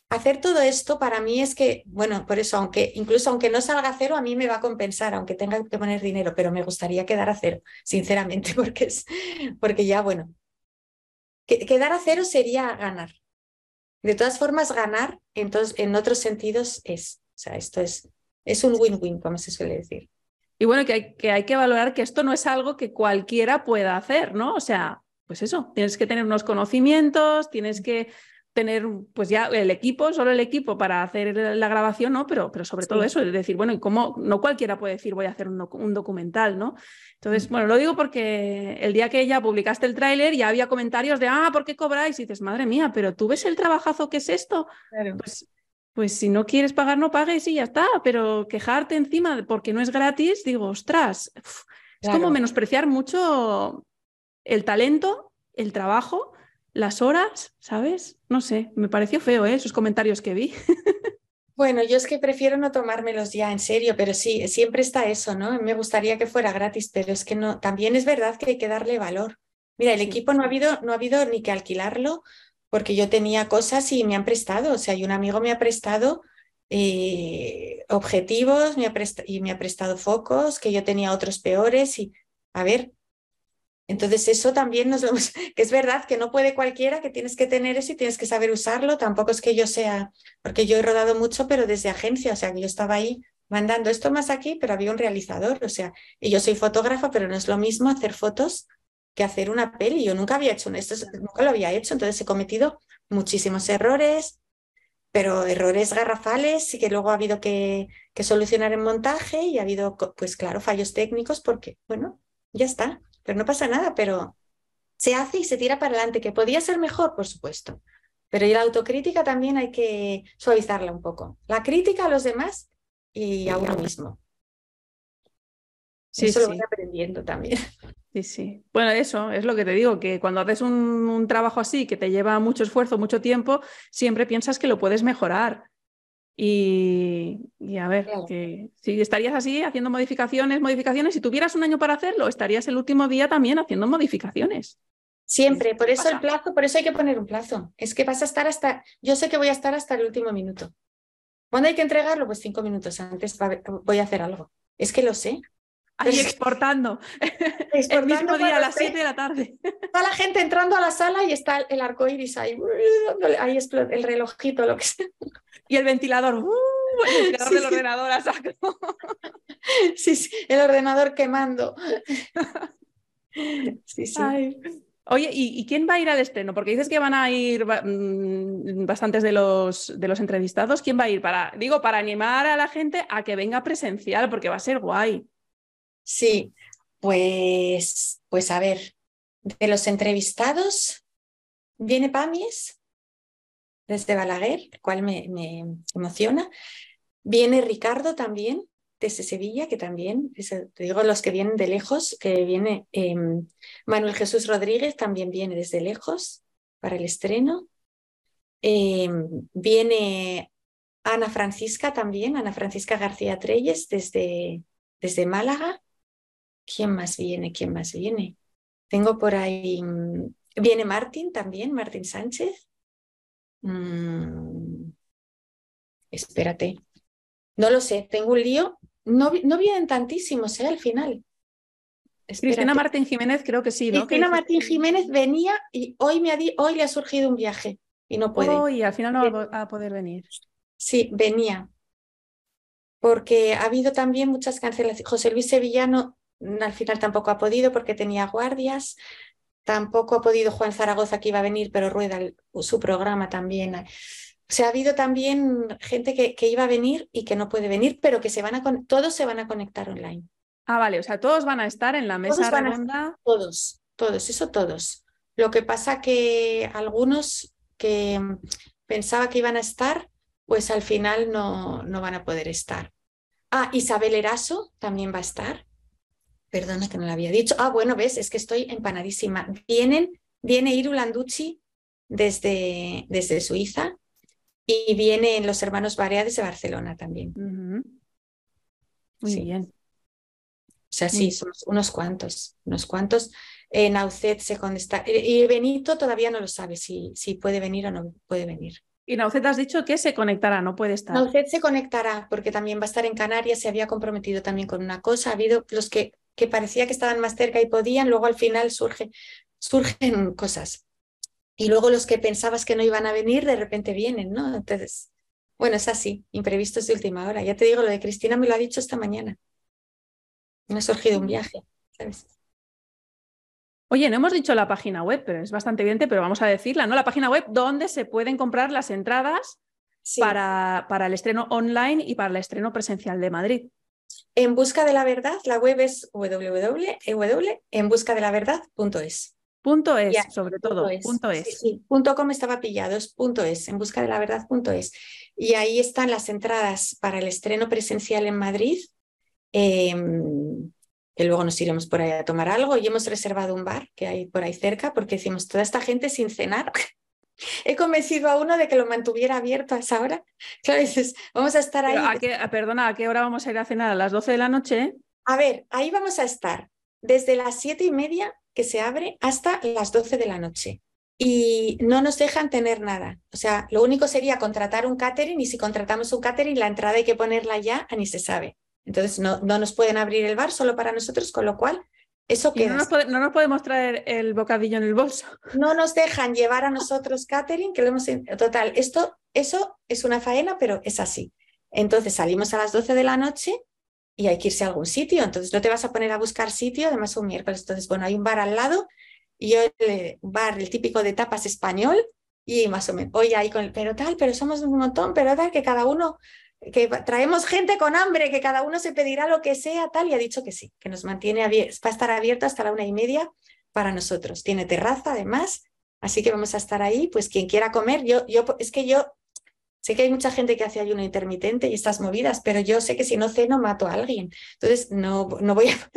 hacer todo esto para mí es que, bueno, por eso, aunque incluso aunque no salga a cero, a mí me va a compensar, aunque tenga que poner dinero, pero me gustaría quedar a cero, sinceramente, porque, es, porque ya, bueno, que, quedar a cero sería ganar. De todas formas, ganar entonces, en otros sentidos es, o sea, esto es, es un win-win, como se suele decir. Y bueno, que hay, que hay que valorar que esto no es algo que cualquiera pueda hacer, ¿no? O sea, pues eso, tienes que tener unos conocimientos, tienes que tener pues ya el equipo, solo el equipo para hacer la grabación, ¿no? Pero, pero sobre todo Sí. eso, es decir, bueno, y cómo no cualquiera puede decir voy a hacer un, un documental, ¿no? Entonces, bueno, lo digo porque el día que ya publicaste el tráiler ya había comentarios de, ah, ¿por qué cobráis? Y dices, madre mía, pero ¿tú ves el trabajazo que es esto? Claro. Pues Pues si no quieres pagar, no pagues y ya está, pero quejarte encima porque no es gratis, digo, ostras, uf, es como Claro. menospreciar mucho el talento, el trabajo, las horas, ¿sabes? No sé, me pareció feo, ¿eh? Esos comentarios que vi. Bueno, yo es que prefiero no tomármelos ya en serio, pero sí, siempre está eso, ¿no? Me gustaría que fuera gratis, pero es que no, también es verdad que hay que darle valor. Mira, el Sí. equipo no ha habido, no ha habido ni que alquilarlo porque yo tenía cosas y me han prestado, o sea, y un amigo me ha prestado eh, objetivos me ha presta- y me ha prestado focos, que yo tenía otros peores y, a ver, entonces eso también nos lo... que es verdad que no puede cualquiera, que tienes que tener eso y tienes que saber usarlo. Tampoco es que yo sea, porque yo he rodado mucho, pero desde agencia, o sea, que yo estaba ahí mandando esto más aquí, pero había un realizador, o sea, y yo soy fotógrafa, pero no es lo mismo hacer fotos que hacer una peli. Yo nunca había hecho esto, nunca lo había hecho, entonces he cometido muchísimos errores, pero errores garrafales y que luego ha habido que, que solucionar en montaje y ha habido, pues claro, fallos técnicos porque, bueno, ya está, pero no pasa nada, pero se hace y se tira para adelante, que podía ser mejor, por supuesto, pero y la autocrítica también hay que suavizarla un poco. La crítica a los demás y a uno mismo. Sí, Eso lo voy sí. aprendiendo también. Sí, sí. Bueno, eso es lo que te digo, que cuando haces un, un trabajo así, que te lleva mucho esfuerzo, mucho tiempo, siempre piensas que lo puedes mejorar. Y, y a ver, Claro. que si estarías así haciendo modificaciones, modificaciones, si tuvieras un año para hacerlo, estarías el último día también haciendo modificaciones. Siempre, por ¿Qué eso el pasa? plazo, por eso hay que poner un plazo. Es que vas a estar hasta, yo sé que voy a estar hasta el último minuto. ¿Cuándo hay que entregarlo? Pues cinco minutos antes voy a hacer algo. Es que lo sé. Pero Ahí es que exportando el exportando mismo día a cuando las esté siete de la tarde. toda la gente entrando a la sala y está el arco iris ahí, ahí explota el relojito, lo que sea. Y el ventilador, ¡uh! El ventilador Sí, del sí, ordenador a saco. sí, sí, el ordenador quemando. Sí, sí. Ay. Oye, ¿y, ¿y quién va a ir al estreno? Porque dices que van a ir ba- mm, bastantes de los, de los entrevistados. ¿Quién va a ir? Para, digo, para animar a la gente a que venga presencial, porque va a ser guay. Sí, pues, pues a ver, de los entrevistados viene Pamies desde Balaguer, el cual me, me emociona. Viene Ricardo también, desde Sevilla, que también, te digo, los que vienen de lejos, que viene eh, Manuel Jesús Rodríguez, también viene desde lejos para el estreno. Eh, viene Ana Francisca también, Ana Francisca García Treyes desde, desde Málaga. ¿Quién más viene? ¿Quién más viene? Tengo por ahí, viene Martín también, Martín Sánchez. Mm, espérate. No lo sé, tengo un lío. No, no vienen tantísimos, ¿eh? Al final. Cristina Espérate. Martín Jiménez, creo que sí, ¿no? Que Cristina dijiste. Martín Jiménez venía y hoy, me ha di- hoy le ha surgido un viaje y no puede. Oh, y al final no va a poder venir. Sí, venía, porque ha habido también muchas cancelaciones. José Luis Sevillano mm, al final tampoco ha podido porque tenía guardias. Tampoco ha podido Juan Zaragoza, que iba a venir, pero rueda el- su programa también. O sea, ha habido también gente que, que iba a venir y que no puede venir, pero que se van a con- todos se van a conectar online. Ah, vale, o sea, todos van a estar en la Todos mesa van a, redonda. todos, todos, eso todos. Lo que pasa que algunos que mm, pensaba que iban a estar, pues al final no, no van a poder estar. Ah, Isabel Eraso también va a estar. Perdona que no lo había dicho. Ah, bueno, ves, es que estoy empanadísima. Vienen, viene Iru Landucci desde, desde Suiza y vienen los hermanos Barea desde Barcelona también. Ujú. Muy Sí. bien. O sea, Muy sí, somos unos cuantos, unos cuantos. Eh, Naucet se contesta. Y Benito todavía no lo sabe si, si puede venir o no puede venir. Y Naucet has dicho que se conectará, no puede estar. Naucet se conectará porque también va a estar en Canarias, se había comprometido también con una cosa. Ha habido los que, que parecía que estaban más cerca y podían, luego al final surge, surgen cosas. Y luego los que pensabas que no iban a venir, de repente vienen, ¿no? Entonces, bueno, es así, imprevistos de última hora. Ya te digo, lo de Cristina me lo ha dicho esta mañana. Me ha surgido un viaje, ¿sabes? Oye, no hemos dicho la página web, pero es bastante evidente, pero vamos a decirla, ¿no? La página web donde se pueden comprar las entradas Sí. para, para el estreno online y para el estreno presencial de Madrid. En busca de la verdad, la web es w w w punto en busca de la verdad punto es. Punto es, Ya, sobre todo, punto es. punto es. Sí, sí. Punto com estaba pillado, es punto es, en busca de la verdad punto es. Y ahí están las entradas para el estreno presencial en Madrid. Eh, que luego nos iremos por ahí a tomar algo y hemos reservado un bar que hay por ahí cerca porque decimos, toda esta gente sin cenar. He convencido a uno de que lo mantuviera abierto a esa hora. Claro, dices, vamos a estar Pero ahí. ¿a qué, perdona, ¿a qué hora vamos a ir a cenar? ¿A las doce de la noche? A ver, ahí vamos a estar desde las siete y media que se abre hasta las doce de la noche. Y no nos dejan tener nada. O sea, lo único sería contratar un catering y si contratamos un catering, la entrada hay que ponerla ya a ni se sabe. Entonces no, no nos pueden abrir el bar solo para nosotros, con lo cual eso ¿Y queda. no nos, puede, no nos podemos traer el bocadillo en el bolso? No nos dejan llevar a nosotros catering, que lo hemos... Total, esto, eso es una faena, pero es así. Entonces salimos a las doce de la noche y hay que irse a algún sitio. Entonces no te vas a poner a buscar sitio, además un miércoles. Entonces, bueno, hay un bar al lado y yo el bar, el típico de tapas español, y más o menos, oye, ahí con el, pero tal, pero somos un montón, pero tal, que cada uno, que traemos gente con hambre, que cada uno se pedirá lo que sea, tal, y ha dicho que sí, que nos mantiene abierto, va a estar abierto hasta la una y media para nosotros. Tiene terraza además, así que vamos a estar ahí, pues quien quiera comer, yo, yo, es que yo sé que hay mucha gente que hace ayuno intermitente y estas movidas, pero yo sé que si no ceno mato a alguien, entonces no, no voy a...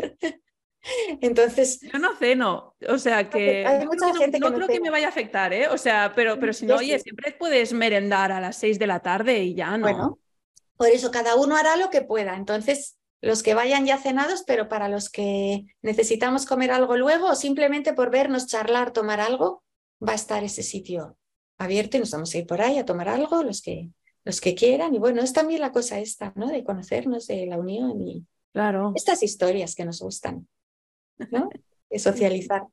Entonces, yo no ceno, o sea que hay yo mucha creo que gente no, que no no creo cena. que me vaya a afectar, ¿eh? O sea, pero, pero si no, Yo oye, sí. siempre puedes merendar a las seis de la tarde y ya, ¿no? Bueno, por eso cada uno hará lo que pueda. Entonces, los que vayan ya cenados, pero para los que necesitamos comer algo luego o simplemente por vernos, charlar, tomar algo, va a estar ese sitio abierto y nos vamos a ir por ahí a tomar algo, los que, los que quieran. Y bueno, es también la cosa esta, ¿no? De conocernos, de la unión y Claro. estas historias que nos gustan, ¿no? De socializar.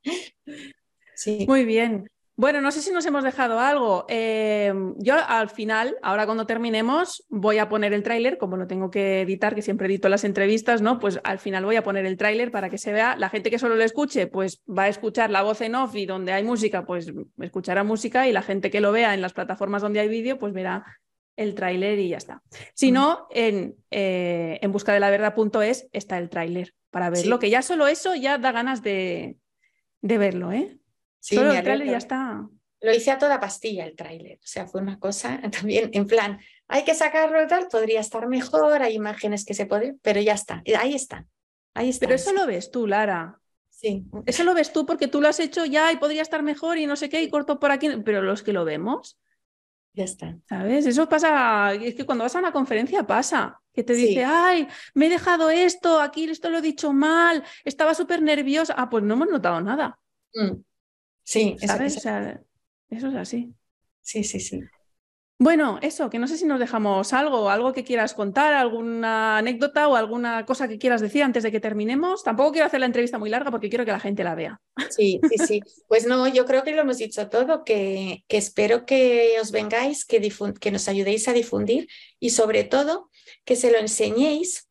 Sí. Muy bien. Bueno, no sé si nos hemos dejado algo. Eh, yo al final, ahora cuando terminemos, voy a poner el tráiler, como lo tengo que editar, que siempre edito las entrevistas, ¿no? Pues al final voy a poner el tráiler para que se vea. La gente que solo lo escuche, pues va a escuchar la voz en off y donde hay música, pues escuchará música y la gente que lo vea en las plataformas donde hay vídeo, pues verá el tráiler y ya está. Si no, en, eh, en busca de la verdad punto es está el tráiler para verlo, Sí. que ya solo eso ya da ganas de, de verlo, ¿eh? Sí, Solo me el tráiler alegro. ya está. Lo hice a toda pastilla el tráiler, o sea, fue una cosa también en plan, hay que sacarlo y tal, podría estar mejor, hay imágenes que se pueden, pero ya está, ahí está, ahí está. Pero eso lo ves tú, Lara. Sí. Eso lo ves tú porque tú lo has hecho ya y podría estar mejor y no sé qué y corto por aquí, pero los que lo vemos, Ya está. ¿sabes? Eso pasa, es que cuando vas a una conferencia pasa, que te dice, Sí. ay, me he dejado esto, aquí esto lo he dicho mal, estaba súper nerviosa. Ah, pues no hemos notado nada. Mm. Sí, eso, ¿Sabes? eso. O sea, eso es así. Sí, sí, sí. Bueno, eso, que no sé si nos dejamos algo, algo que quieras contar, alguna anécdota o alguna cosa que quieras decir antes de que terminemos. Tampoco quiero hacer la entrevista muy larga porque quiero que la gente la vea. Sí, sí, sí. Pues no, yo creo que lo hemos dicho todo, que, que espero que os vengáis, que, difun- que nos ayudéis a difundir y sobre todo que se lo enseñéis.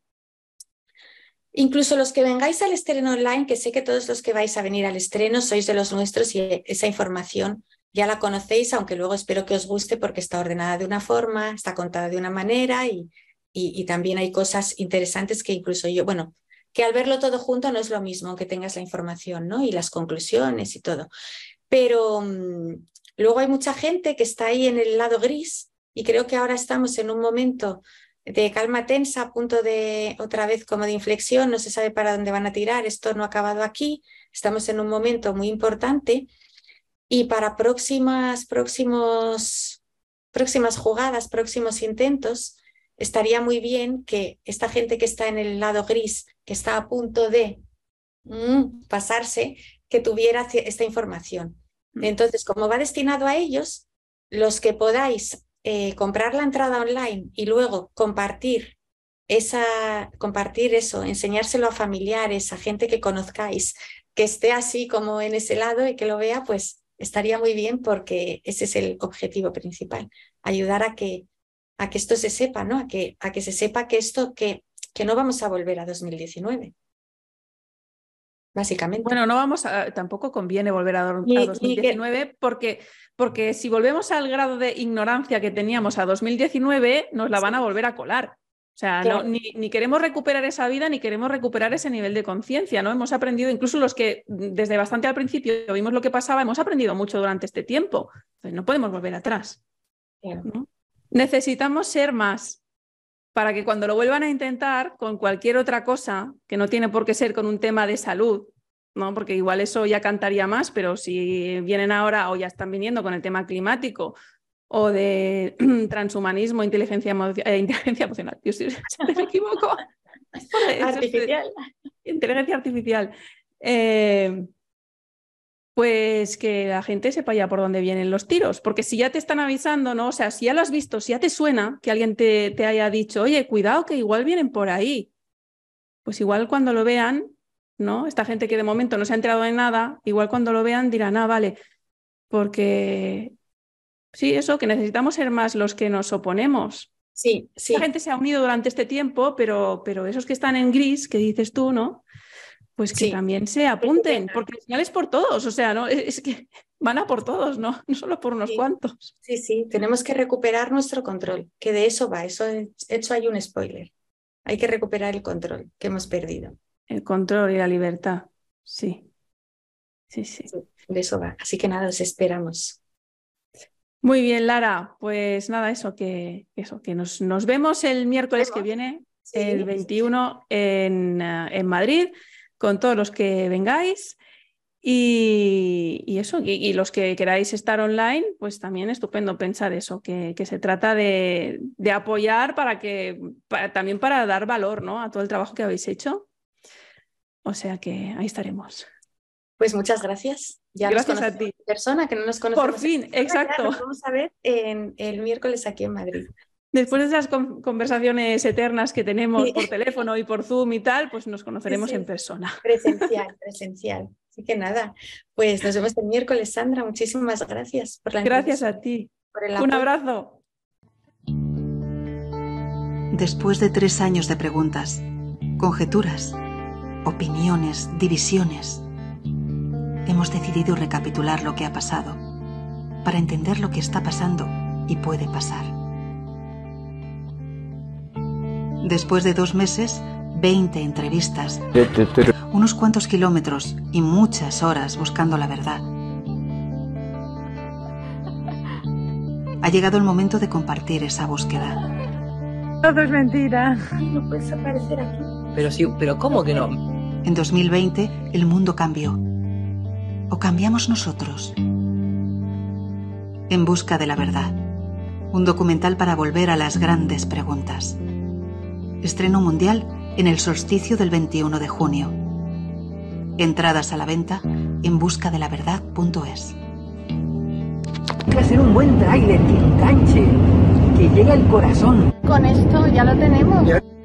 Incluso los que vengáis al estreno online, que sé que todos los que vais a venir al estreno sois de los nuestros y esa información ya la conocéis, aunque luego espero que os guste porque está ordenada de una forma, está contada de una manera y, y, y también hay cosas interesantes que incluso yo, bueno, que al verlo todo junto no es lo mismo que tengas la información, ¿no? Y las conclusiones y todo. Pero um, luego hay mucha gente que está ahí en el lado gris y creo que ahora estamos en un momento de calma tensa, a punto de otra vez como de inflexión, no se sabe para dónde van a tirar, esto no ha acabado aquí, estamos en un momento muy importante y para próximas, próximos, próximas jugadas, próximos intentos, estaría muy bien que esta gente que está en el lado gris, que está a punto de mm, pasarse, que tuviera esta información. Entonces, como va destinado a ellos, los que podáis eh, comprar la entrada online y luego compartir, esa, compartir eso, enseñárselo a familiares, a gente que conozcáis, que esté así como en ese lado y que lo vea, pues estaría muy bien porque ese es el objetivo principal, ayudar a que, a que esto se sepa, ¿no? A que, a que se sepa que esto, que, que no vamos a volver a dos mil diecinueve. Básicamente. Bueno, no vamos a, tampoco conviene volver a, a y, dos mil diecinueve que... porque, porque si volvemos al grado de ignorancia que teníamos a dos mil diecinueve, nos la van a volver a colar. O sea, claro. no, ni, ni queremos recuperar esa vida, ni queremos recuperar ese nivel de conciencia, ¿no? Hemos aprendido, incluso los que desde bastante al principio vimos lo que pasaba, hemos aprendido mucho durante este tiempo. Entonces, no podemos volver atrás. Claro. ¿No? Necesitamos ser más para que cuando lo vuelvan a intentar con cualquier otra cosa, que no tiene por qué ser con un tema de salud, ¿no? Porque igual eso ya cantaría más, pero si vienen ahora o ya están viniendo con el tema climático o de transhumanismo, inteligencia, emo eh, inteligencia emocional, yo sí, me equivoco. Artificial. Inteligencia artificial. Eh, pues que la gente sepa ya por dónde vienen los tiros, porque si ya te están avisando, ¿no? O sea, si ya lo has visto, si ya te suena que alguien te, te haya dicho, oye, cuidado que igual vienen por ahí, pues igual cuando lo vean, ¿no? Esta gente que de momento no se ha enterado de nada, igual cuando lo vean dirán, ah, vale, porque sí, eso, que necesitamos ser más los que nos oponemos. Sí, sí. La gente se ha unido durante este tiempo, pero, pero esos que están en gris, que dices tú, ¿no? Pues que sí, también se apunten, porque al final es por todos, o sea, ¿no? Es que van a por todos, ¿no? No solo por unos sí, cuantos. Sí, sí, tenemos que recuperar nuestro control, que de eso va, eso, hecho hay un spoiler. Hay que recuperar el control que hemos perdido. El control y la libertad, sí. Sí, sí. sí de eso va, así que nada, os esperamos. Muy bien, Lara, pues nada, eso, que, eso, que nos, nos vemos el miércoles que viene, sí. el veintiuno, en, uh, en Madrid, con todos los que vengáis y, y eso, y, y los que queráis estar online, pues también estupendo pensar eso, que, que se trata de, de apoyar para que, para, también para dar valor, ¿no? A todo el trabajo que habéis hecho. O sea que ahí estaremos. Pues muchas gracias. Ya gracias a ti. Persona que no nos conocemos. Por fin, persona, exacto. Nos vamos a ver en, el miércoles aquí en Madrid. Después de esas conversaciones eternas que tenemos sí. por teléfono y por Zoom y tal, pues nos conoceremos sí, sí. en persona. Presencial, presencial. Así que nada, pues nos vemos el miércoles, Sandra. Muchísimas gracias por la Gracias a ti. Por el Un abrazo. Después de tres años de preguntas, conjeturas, opiniones, divisiones, hemos decidido recapitular lo que ha pasado para entender lo que está pasando y puede pasar. Después de dos meses, veinte entrevistas, unos cuantos kilómetros y muchas horas buscando la verdad, ha llegado el momento de compartir esa búsqueda. Todo es mentira. No puedes aparecer aquí. Pero sí, pero ¿cómo que no? En dos mil veinte, el mundo cambió. ¿O cambiamos nosotros? En busca de la verdad. Un documental para volver a las grandes preguntas. Estreno mundial en el solsticio del veintiuno de junio. Entradas a la venta en busca de la verdad punto es. Hay que hacer un buen tráiler que enganche, que llegue al corazón. Con esto ya lo tenemos.